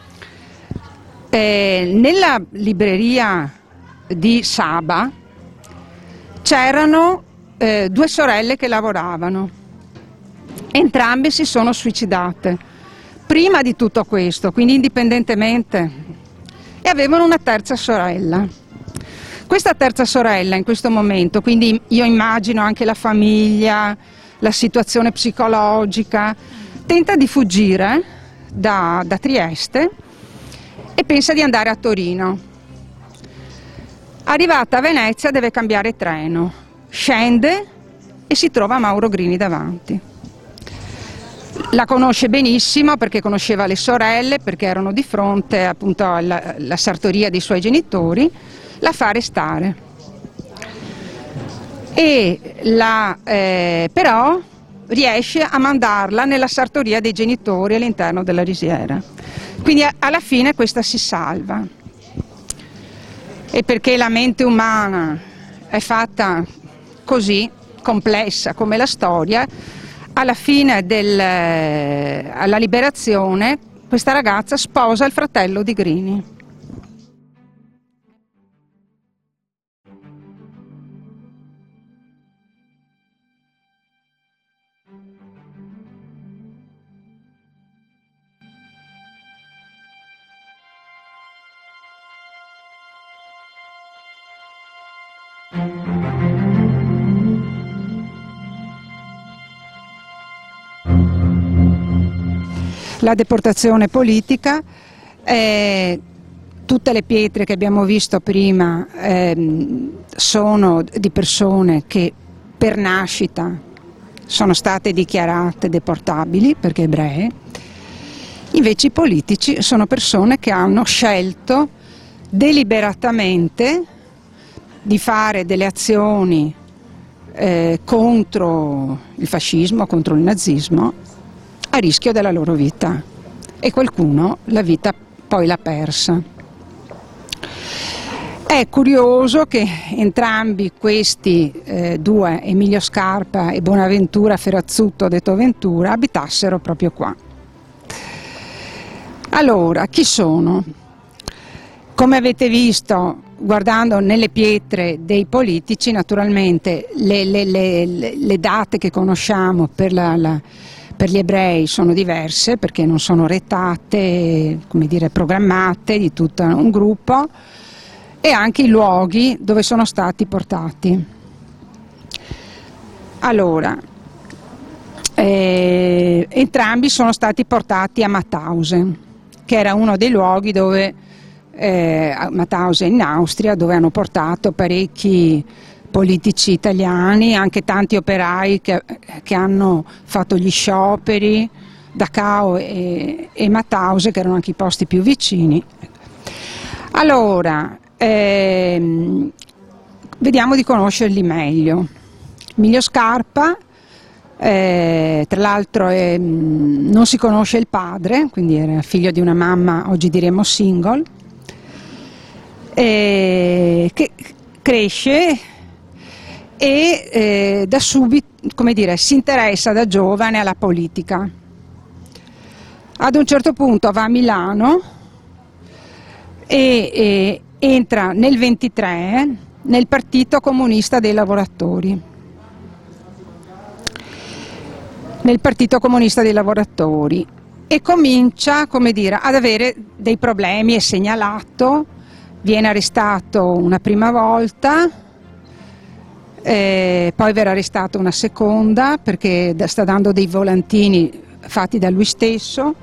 Nella libreria di Saba c'erano due sorelle che lavoravano, entrambe si sono suicidate prima di tutto questo, quindi indipendentemente, e avevano una terza sorella. Questa terza sorella in questo momento, quindi io immagino anche la famiglia, la situazione psicologica, tenta di fuggire da Trieste e pensa di andare a Torino. Arrivata a Venezia deve cambiare treno, scende e si trova Mauro Grini davanti. La conosce benissimo perché conosceva le sorelle, perché erano di fronte appunto alla sartoria dei suoi genitori, la fa arrestare. Però riesce a mandarla nella sartoria dei genitori all'interno della risiera. Quindi alla fine questa si salva. E perché la mente umana è fatta così, complessa come la storia, alla fine alla liberazione questa ragazza sposa il fratello di Grini. La deportazione politica, tutte le pietre che abbiamo visto prima sono di persone che per nascita sono state dichiarate deportabili perché ebree, invece i politici sono persone che hanno scelto deliberatamente di fare delle azioni contro il fascismo, contro il nazismo, a rischio della loro vita, e qualcuno la vita poi l'ha persa. È curioso che entrambi questi due, Emilio Scarpa e Bonaventura Ferrazzutto detto Ventura, abitassero proprio qua. Allora, chi sono? Come avete visto, guardando nelle pietre dei politici, naturalmente le date che conosciamo per gli ebrei sono diverse, perché non sono retate, come dire, programmate di tutto un gruppo, e anche i luoghi dove sono stati portati. Allora, entrambi sono stati portati a Mauthausen, che era uno dei luoghi dove Mauthausen in Austria, dove hanno portato parecchi politici italiani, anche tanti operai che hanno fatto gli scioperi, Dachau e Mauthausen, che erano anche i posti più vicini. Allora, vediamo di conoscerli meglio. Emilio Scarpa, tra l'altro non si conosce il padre, quindi era figlio di una mamma, oggi diremmo single, che cresce e da subito, come dire, si interessa da giovane alla politica. Ad un certo punto va a Milano e entra nel 23 nel Partito Comunista dei Lavoratori. Nel Partito Comunista dei Lavoratori, e comincia, come dire, ad avere dei problemi, è segnalato, viene arrestato una prima volta, poi verrà arrestato una seconda perché sta dando dei volantini fatti da lui stesso,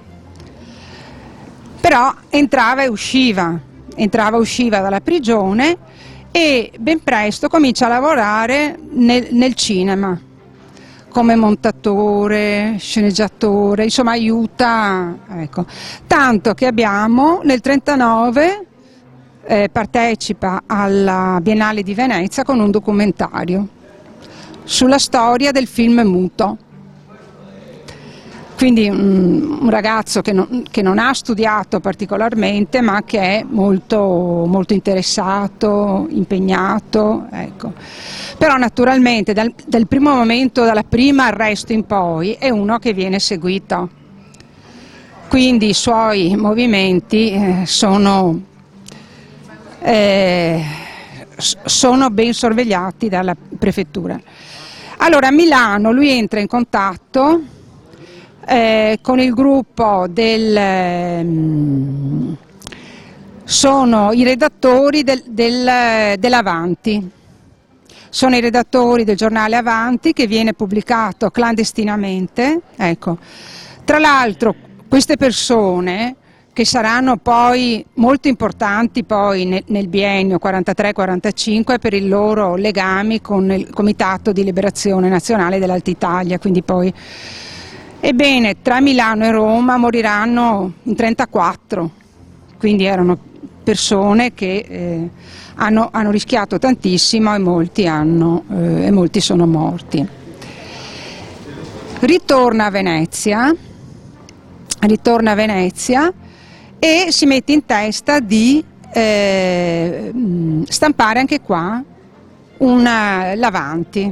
però entrava e usciva dalla prigione e ben presto comincia a lavorare nel cinema come montatore, sceneggiatore, insomma aiuta, ecco. Tanto che abbiamo nel 1939 partecipa alla Biennale di Venezia con un documentario sulla storia del film muto. Quindi un ragazzo che non ha studiato particolarmente, ma che è molto, molto interessato, impegnato, ecco. Però naturalmente dal primo momento, dalla prima arresto in poi, è uno che viene seguito. Quindi i suoi movimenti sono ben sorvegliati dalla prefettura. Allora a Milano lui entra in contatto con il gruppo sono i redattori dell'Avanti, sono i redattori del giornale Avanti che viene pubblicato clandestinamente, ecco. Tra l'altro queste persone che saranno poi molto importanti poi nel biennio 43-45 per i loro legami con il Comitato di Liberazione Nazionale dell'Alta Italia, quindi poi ebbene, tra Milano e Roma moriranno in 34, quindi erano persone che hanno rischiato tantissimo e molti sono morti. Ritorna a Venezia e si mette in testa di stampare anche qua l'Avanti.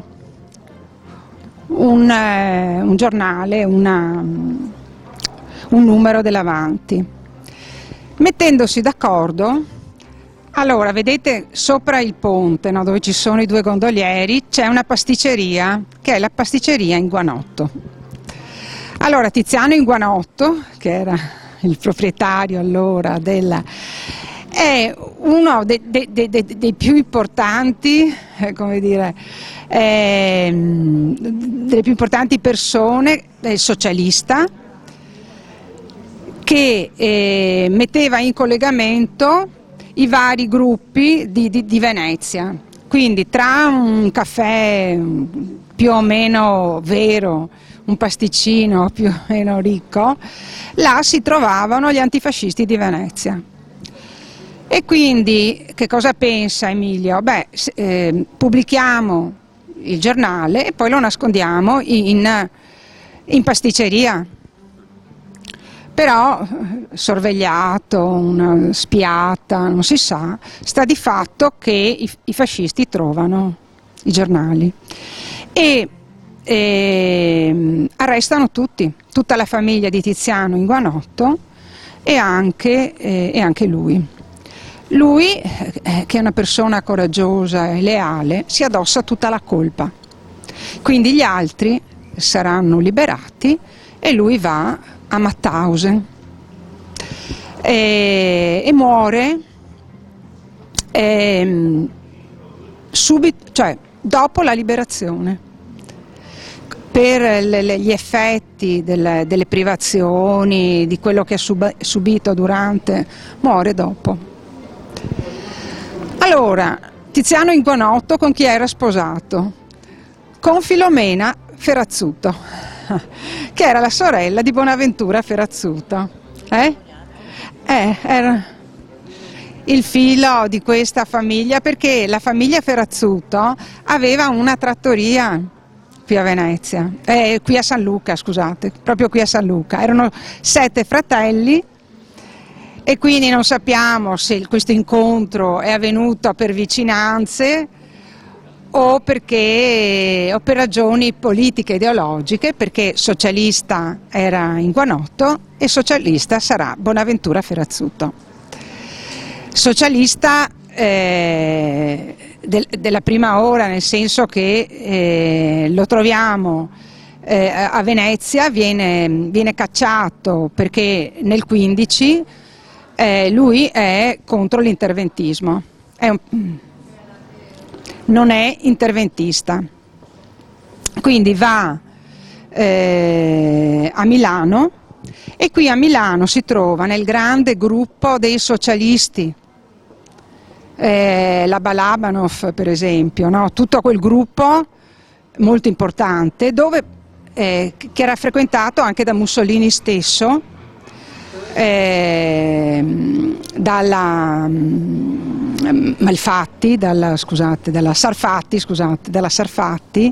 Un giornale, un numero dell'Avanti. Mettendosi d'accordo, allora vedete sopra il ponte, no, dove ci sono i due gondolieri, c'è una pasticceria che è la pasticceria Inguanotto. Allora Tiziano Inguanotto, che era il proprietario allora è uno dei più importanti, come dire, delle più importanti persone, socialista, che metteva in collegamento i vari gruppi di Venezia. Quindi tra un caffè più o meno vero, un pasticcino più o meno ricco, là si trovavano gli antifascisti di Venezia. E quindi che cosa pensa Emilio? Beh, pubblichiamo il giornale e poi lo nascondiamo in pasticceria. Però sorvegliato, una spiata, non si sa, sta di fatto che i fascisti trovano i giornali e arrestano tutta la famiglia di Tiziano Inguanotto e anche lui. Lui, che è una persona coraggiosa e leale, si addossa tutta la colpa. Quindi gli altri saranno liberati e lui va a Mauthausen e muore subito, cioè dopo la liberazione, per gli effetti delle privazioni, di quello che ha subito durante, muore dopo. Allora, Tiziano Inguanotto con chi era sposato? Con Filomena Ferrazzuto, che era la sorella di Bonaventura Ferrazzuto. Era il filo di questa famiglia, perché la famiglia Ferrazzuto aveva una trattoria qui a Venezia, qui a San Luca, scusate, proprio qui a San Luca. Erano 7 fratelli e quindi non sappiamo se questo incontro è avvenuto per vicinanze o per ragioni politiche ideologiche, perché socialista era Inguanotto e socialista sarà Bonaventura Ferrazzuto. Socialista della prima ora, nel senso che lo troviamo a Venezia, viene cacciato perché nel 15 lui è contro l'interventismo, non è interventista, quindi va a Milano e qui a Milano si trova nel grande gruppo dei socialisti, la Balabanov per esempio, no? Tutto quel gruppo molto importante, che era frequentato anche da Mussolini stesso, dalla Sarfatti,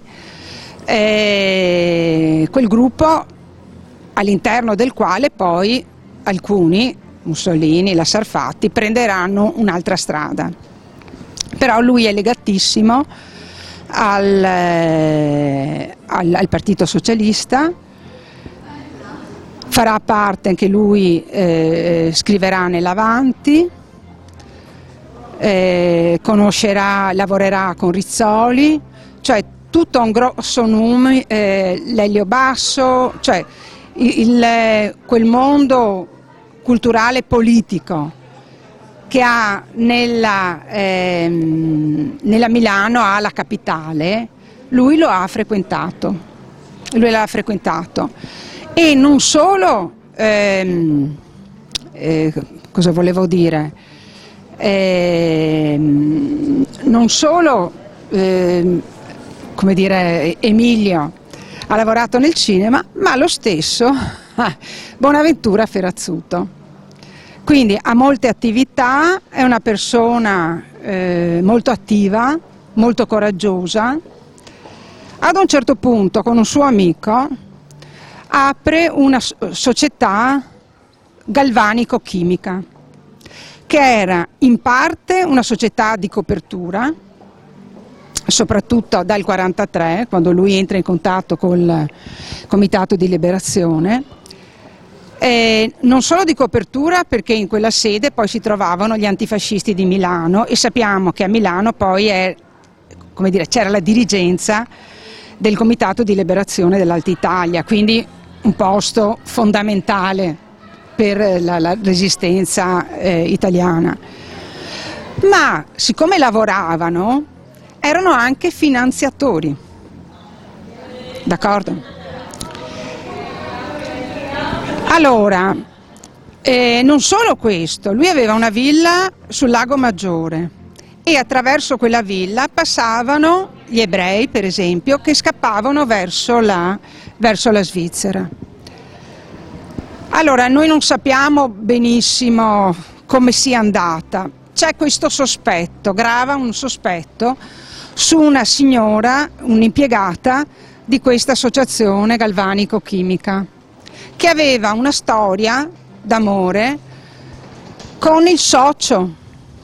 quel gruppo all'interno del quale poi alcuni, Mussolini, la Sarfatti, prenderanno un'altra strada. Però lui è legatissimo al Partito Socialista, farà parte anche lui, scriverà nell'Avanti, lavorerà con Rizzoli, cioè tutto un grosso nome, Lelio Basso, cioè quel mondo culturale politico che ha nella Milano, ha la capitale, lui l'ha frequentato. E non solo, cosa volevo dire? Non solo, come dire, Emilio ha lavorato nel cinema, ma lo stesso Bonaventura Ferrazzuto. Quindi ha molte attività, è una persona molto attiva, molto coraggiosa. Ad un certo punto, con un suo amico, apre una società galvanico-chimica, che era in parte una società di copertura, soprattutto dal 1943, quando lui entra in contatto col Comitato di Liberazione, non solo di copertura, perché in quella sede poi si trovavano gli antifascisti di Milano, e sappiamo che a Milano poi c'era la dirigenza del Comitato di Liberazione dell'Alta Italia, quindi un posto fondamentale per la resistenza italiana. Ma siccome lavoravano, erano anche finanziatori, d'accordo? Allora, non solo questo, lui aveva una villa sul Lago Maggiore e attraverso quella villa passavano gli ebrei, per esempio, che scappavano verso la Svizzera. Allora, noi non sappiamo benissimo come sia andata. C'è questo sospetto, grava un sospetto su una signora, un'impiegata di questa associazione galvanico-chimica, che aveva una storia d'amore con il socio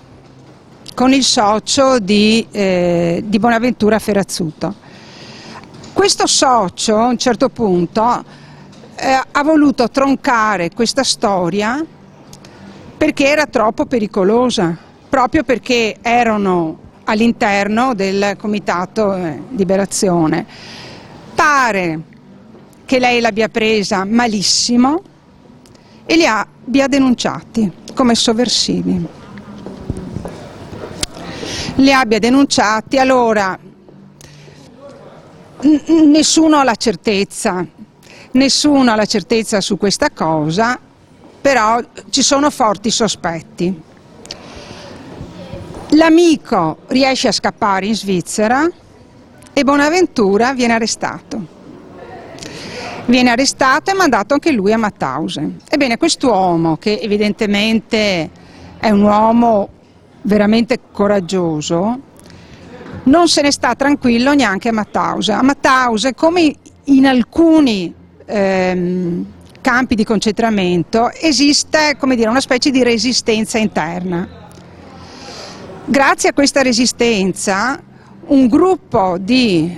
di Bonaventura Ferrazzuto. Questo socio a un certo punto ha voluto troncare questa storia perché era troppo pericolosa, proprio perché erano all'interno del Comitato di Liberazione. Pare che lei l'abbia presa malissimo e li abbia denunciati come sovversivi. Li abbia denunciati, allora nessuno ha la certezza su questa cosa, però ci sono forti sospetti. L'amico riesce a scappare in Svizzera e Bonaventura viene arrestato. Viene arrestato e mandato anche lui a Mauthausen. Ebbene, quest'uomo, che evidentemente è un uomo veramente coraggioso, non se ne sta tranquillo neanche a Mauthausen. A Mauthausen, come in alcuni campi di concentramento, esiste, come dire, una specie di resistenza interna. Grazie a questa resistenza, un gruppo di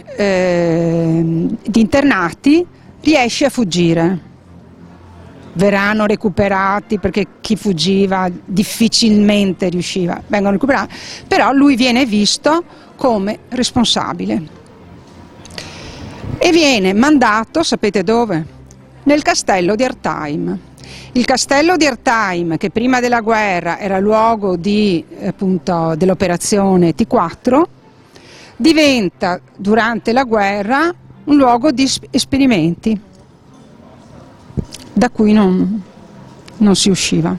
internati riesce a fuggire. Verranno recuperati, perché chi fuggiva difficilmente riusciva, vengono recuperati, però lui viene visto come responsabile e viene mandato, sapete dove? Nel castello di Artheim. Il castello di Artheim, che prima della guerra era luogo dell'operazione T4, diventa durante la guerra un luogo di esperimenti, da cui non si usciva,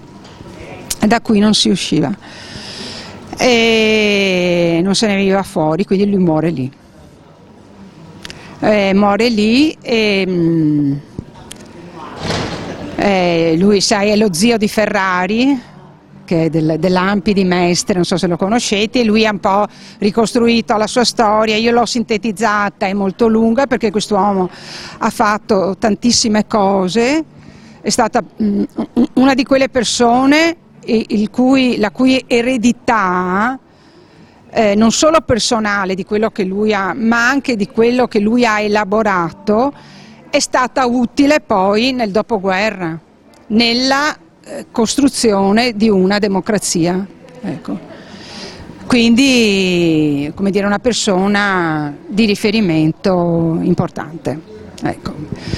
e non se ne veniva fuori, quindi lui muore lì. muore lì e lui, sai, è lo zio di Ferrari, che è dell'Ampi di Mestre, non so se lo conoscete, e lui ha un po' ricostruito la sua storia. Io l'ho sintetizzata, è molto lunga perché quest'uomo ha fatto tantissime cose, è stata una di quelle persone la cui eredità, non solo personale di quello che lui ha, ma anche di quello che lui ha elaborato, è stata utile poi nel dopoguerra, nella costruzione di una democrazia. Ecco. Quindi, come dire, una persona di riferimento importante. Ecco.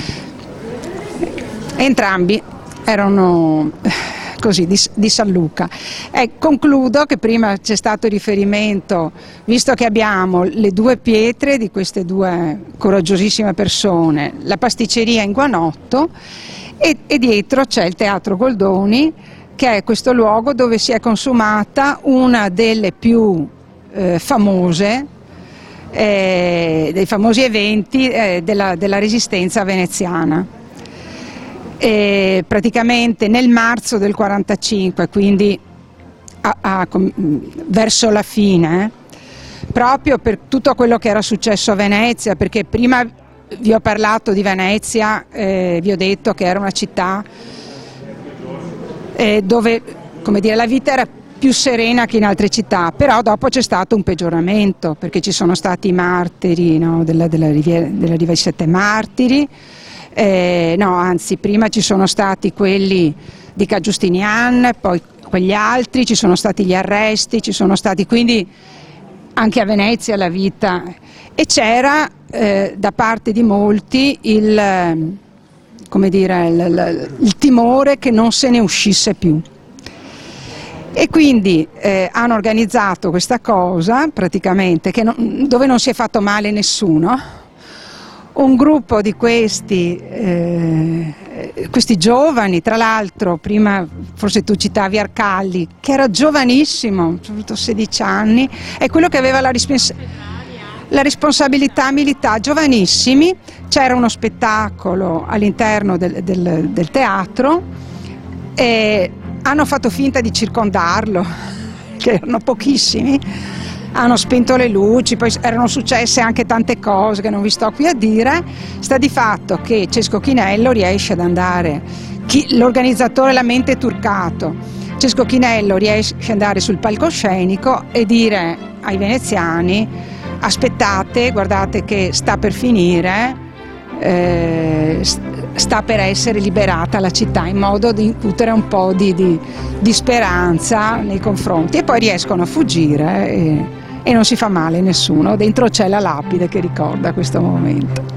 Entrambi erano così di San Luca. Concludo che prima c'è stato il riferimento, visto che abbiamo le due pietre di queste due coraggiosissime persone, la pasticceria in Guanotto e dietro c'è il Teatro Goldoni, che è questo luogo dove si è consumata una delle più famose dei famosi eventi della Resistenza veneziana. Praticamente nel marzo del 45, quindi verso la fine, proprio per tutto quello che era successo a Venezia, perché prima vi ho parlato di Venezia, vi ho detto che era una città dove, come dire, la vita era più serena che in altre città, però dopo c'è stato un peggioramento, perché ci sono stati i martiri, no, della Riva dei Sette Martiri. No, anzi, prima ci sono stati quelli di Ca' Giustinian, poi quegli altri, ci sono stati gli arresti, ci sono stati, quindi anche a Venezia la vita, e c'era da parte di molti il timore che non se ne uscisse più. E quindi hanno organizzato questa cosa, praticamente, dove non si è fatto male nessuno. Un gruppo di questi giovani, tra l'altro, prima forse tu citavi Arcalli, che era giovanissimo, ha avuto 16 anni, è quello che aveva la responsabilità militare, giovanissimi. C'era uno spettacolo all'interno del teatro e hanno fatto finta di circondarlo, che erano pochissimi. Hanno spento le luci, poi erano successe anche tante cose che non vi sto qui a dire. Sta di fatto che Cesco Chinello riesce ad andare, l'organizzatore la mente turcato, Cesco Chinello riesce ad andare sul palcoscenico e dire ai veneziani: aspettate, guardate che sta per finire, sta per essere liberata la città, in modo di incutere un po' di speranza nei confronti, e poi riescono a fuggire e non si fa male a nessuno. Dentro c'è la lapide che ricorda questo momento.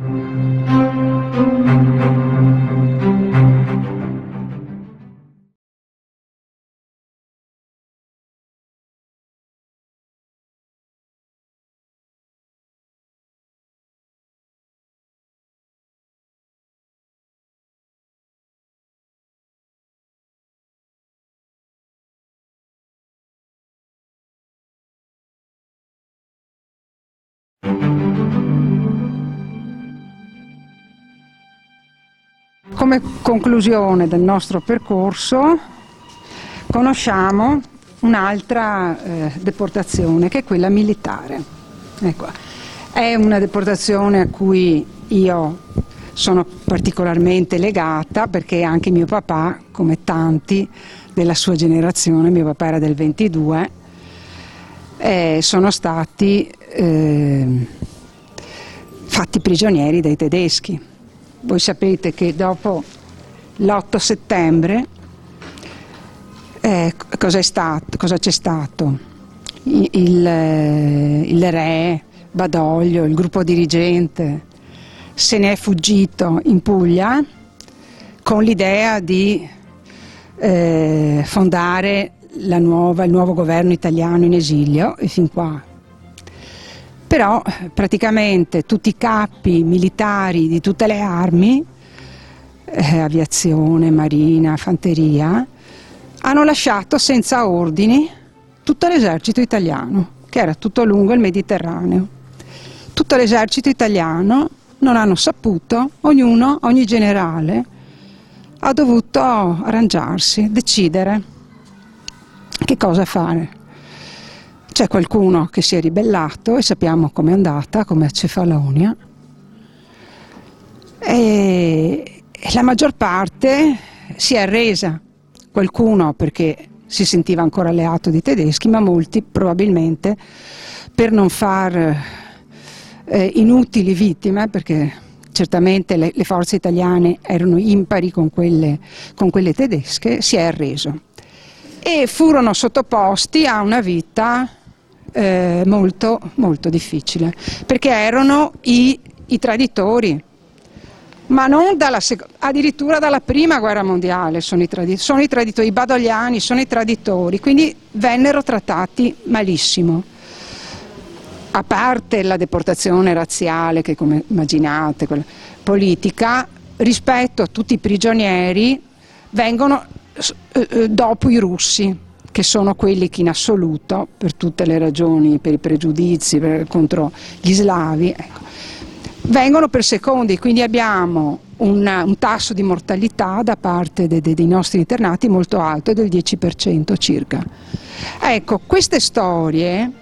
Come conclusione del nostro percorso conosciamo un'altra deportazione, che è quella militare. Ecco, è una deportazione a cui io sono particolarmente legata, perché anche mio papà, come tanti della sua generazione, mio papà era del 22, sono stati fatti prigionieri dai tedeschi. Voi sapete che dopo l'8 settembre cosa c'è stato? Il re Badoglio, il gruppo dirigente, se ne è fuggito in Puglia con l'idea di fondare il nuovo governo italiano in esilio, e fin qua. Però praticamente tutti i capi militari di tutte le armi, aviazione, marina, fanteria, hanno lasciato senza ordini tutto l'esercito italiano, che era tutto lungo il Mediterraneo. tutto l'esercito italiano non hanno saputo, ogni generale ha dovuto arrangiarsi, decidere che cosa fare. C'è qualcuno che si è ribellato e sappiamo com'è andata, come a Cefalonia, e la maggior parte si è arresa, qualcuno perché si sentiva ancora alleato dei tedeschi, ma molti probabilmente per non far inutili vittime, perché certamente le forze italiane erano impari con quelle tedesche, si è arreso e furono sottoposti a una vita molto molto difficile, perché erano i traditori, ma non addirittura dalla prima guerra mondiale sono i traditori, i badogliani sono i traditori, quindi vennero trattati malissimo. A parte la deportazione razziale, che come immaginate, quella politica, rispetto a tutti i prigionieri vengono dopo i russi, che sono quelli che in assoluto, per tutte le ragioni, per i pregiudizi, contro gli slavi, ecco, vengono per secondi, quindi abbiamo un tasso di mortalità da parte dei nostri internati molto alto, del 10% circa. Ecco, queste storie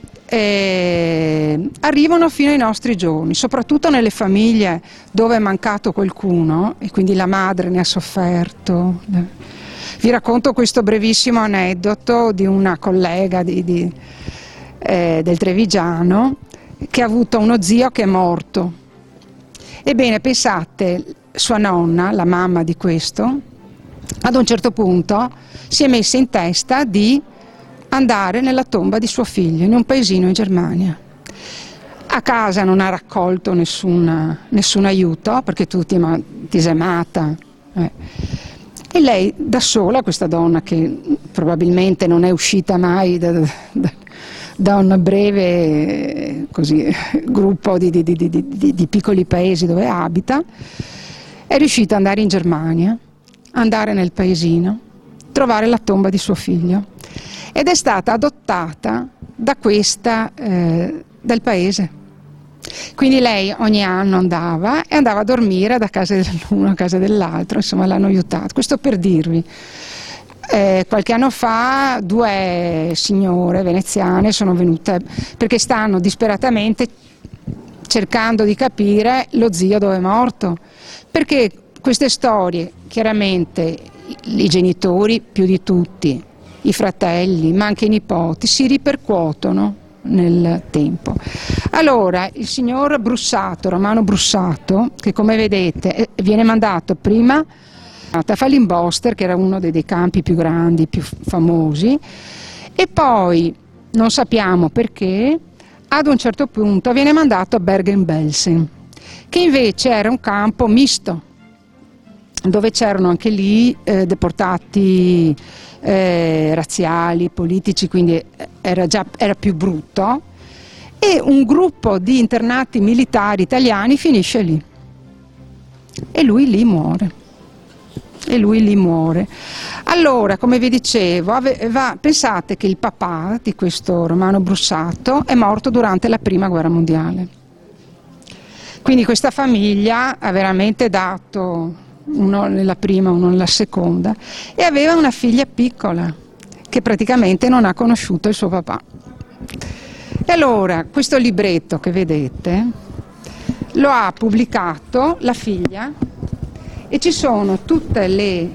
arrivano fino ai nostri giorni, soprattutto nelle famiglie dove è mancato qualcuno e quindi la madre ne ha sofferto. Vi racconto questo brevissimo aneddoto di una collega del Trevigiano che ha avuto uno zio che è morto. Ebbene, pensate, sua nonna, la mamma di questo, ad un certo punto si è messa in testa di andare nella tomba di suo figlio in un paesino in Germania. A casa non ha raccolto nessun aiuto, perché tutti ti sei matta. E lei da sola, questa donna che probabilmente non è uscita mai da un breve gruppo di piccoli paesi dove abita, è riuscita ad andare in Germania, andare nel paesino, trovare la tomba di suo figlio, ed è stata adottata da questa del paese. Quindi lei ogni anno andava a dormire da casa dell'uno a casa dell'altro, insomma l'hanno aiutato. Questo per dirvi. Qualche anno fa 2 signore veneziane sono venute perché stanno disperatamente cercando di capire lo zio dove è morto, perché queste storie, chiaramente i genitori più di tutti, i fratelli, ma anche i nipoti, si ripercuotono nel tempo. Allora, il signor Brussato, Romano Brussato, che come vedete viene mandato prima a Fallinboster, che era uno dei campi più grandi, più famosi, e poi, non sappiamo perché, ad un certo punto viene mandato a Bergen-Belsen, che invece era un campo misto, dove c'erano anche lì deportati razziali, politici, quindi era più brutto, e un gruppo di internati militari italiani finisce lì e lui lì muore. Allora, come vi dicevo, pensate che il papà di questo Romano Brussato è morto durante la prima guerra mondiale, quindi questa famiglia ha veramente dato uno nella prima, uno nella seconda, e aveva una figlia piccola che praticamente non ha conosciuto il suo papà. E allora questo libretto che vedete lo ha pubblicato la figlia, e ci sono tutte le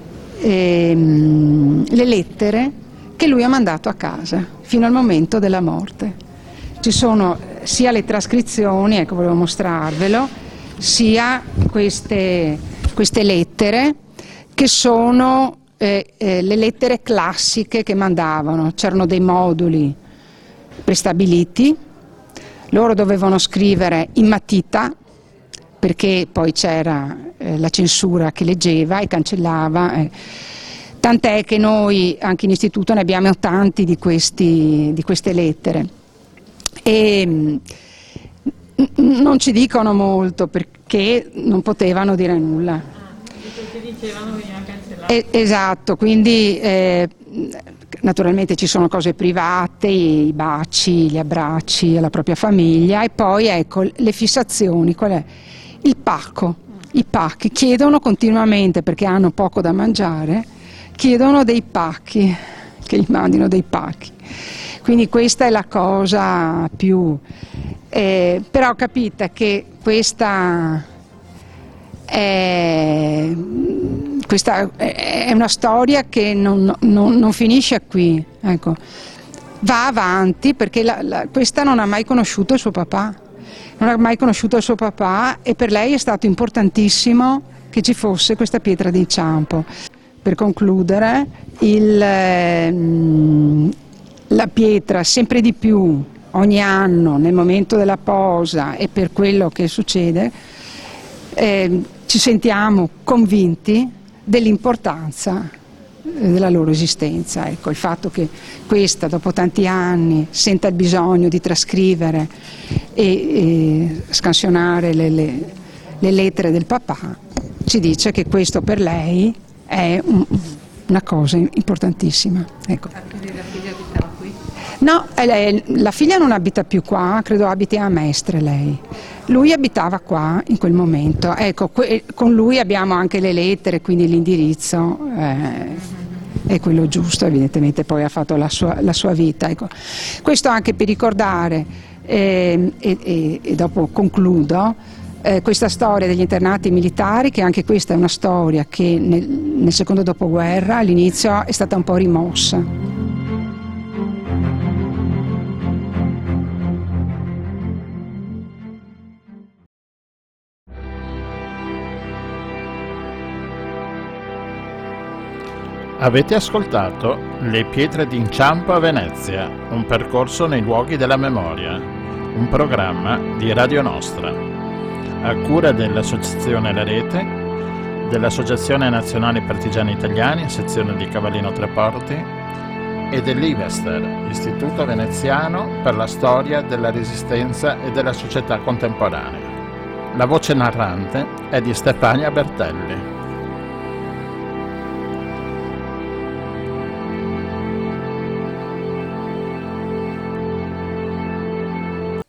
lettere che lui ha mandato a casa fino al momento della morte. Ci sono sia le trascrizioni, ecco, volevo mostrarvelo, sia queste lettere che sono le lettere classiche che mandavano. C'erano dei moduli prestabiliti, loro dovevano scrivere in matita, perché poi c'era la censura che leggeva e cancellava, tant'è che noi anche in istituto ne abbiamo tanti di queste lettere, e non ci dicono molto perché non potevano dire nulla. Perché dicevano veniva cancellato. Esatto, quindi Naturalmente ci sono cose private, i baci, gli abbracci alla propria famiglia, e poi ecco le fissazioni. Qual è? Il pacco. I pacchi chiedono continuamente, perché hanno poco da mangiare, chiedono dei pacchi, che gli mandino dei pacchi. Quindi questa è la cosa più... però capite che questa è una storia che non finisce qui, ecco. Va avanti, perché questa non ha mai conosciuto il suo papà. Non ha mai conosciuto il suo papà, e per lei è stato importantissimo che ci fosse questa pietra d'inciampo. Per concludere, la pietra sempre di più ogni anno nel momento della posa e per quello che succede, ci sentiamo convinti dell'importanza della loro esistenza. Ecco, il fatto che questa dopo tanti anni senta il bisogno di trascrivere e scansionare le lettere del papà ci dice che questo per lei è una cosa importantissima. Ecco. Quindi la figlia abitava qui? No, la figlia non abita più qua, credo abiti a Mestre lei. Lui abitava qua in quel momento. Ecco, con lui abbiamo anche le lettere, quindi l'indirizzo è quello giusto, evidentemente poi ha fatto la sua vita. Ecco. Questo anche per ricordare, e dopo concludo, questa storia degli internati militari, che anche questa è una storia che nel secondo dopoguerra all'inizio è stata un po' rimossa. Avete ascoltato Le pietre d'inciampo a Venezia, un percorso nei luoghi della memoria, un programma di Radio Nostra, a cura dell'Associazione La Rete, dell'Associazione Nazionale Partigiani Italiani, sezione di Cavallino Treporti, e dell'Ivester, Istituto Veneziano per la Storia della Resistenza e della Società Contemporanea. La voce narrante è di Stefania Bertelli.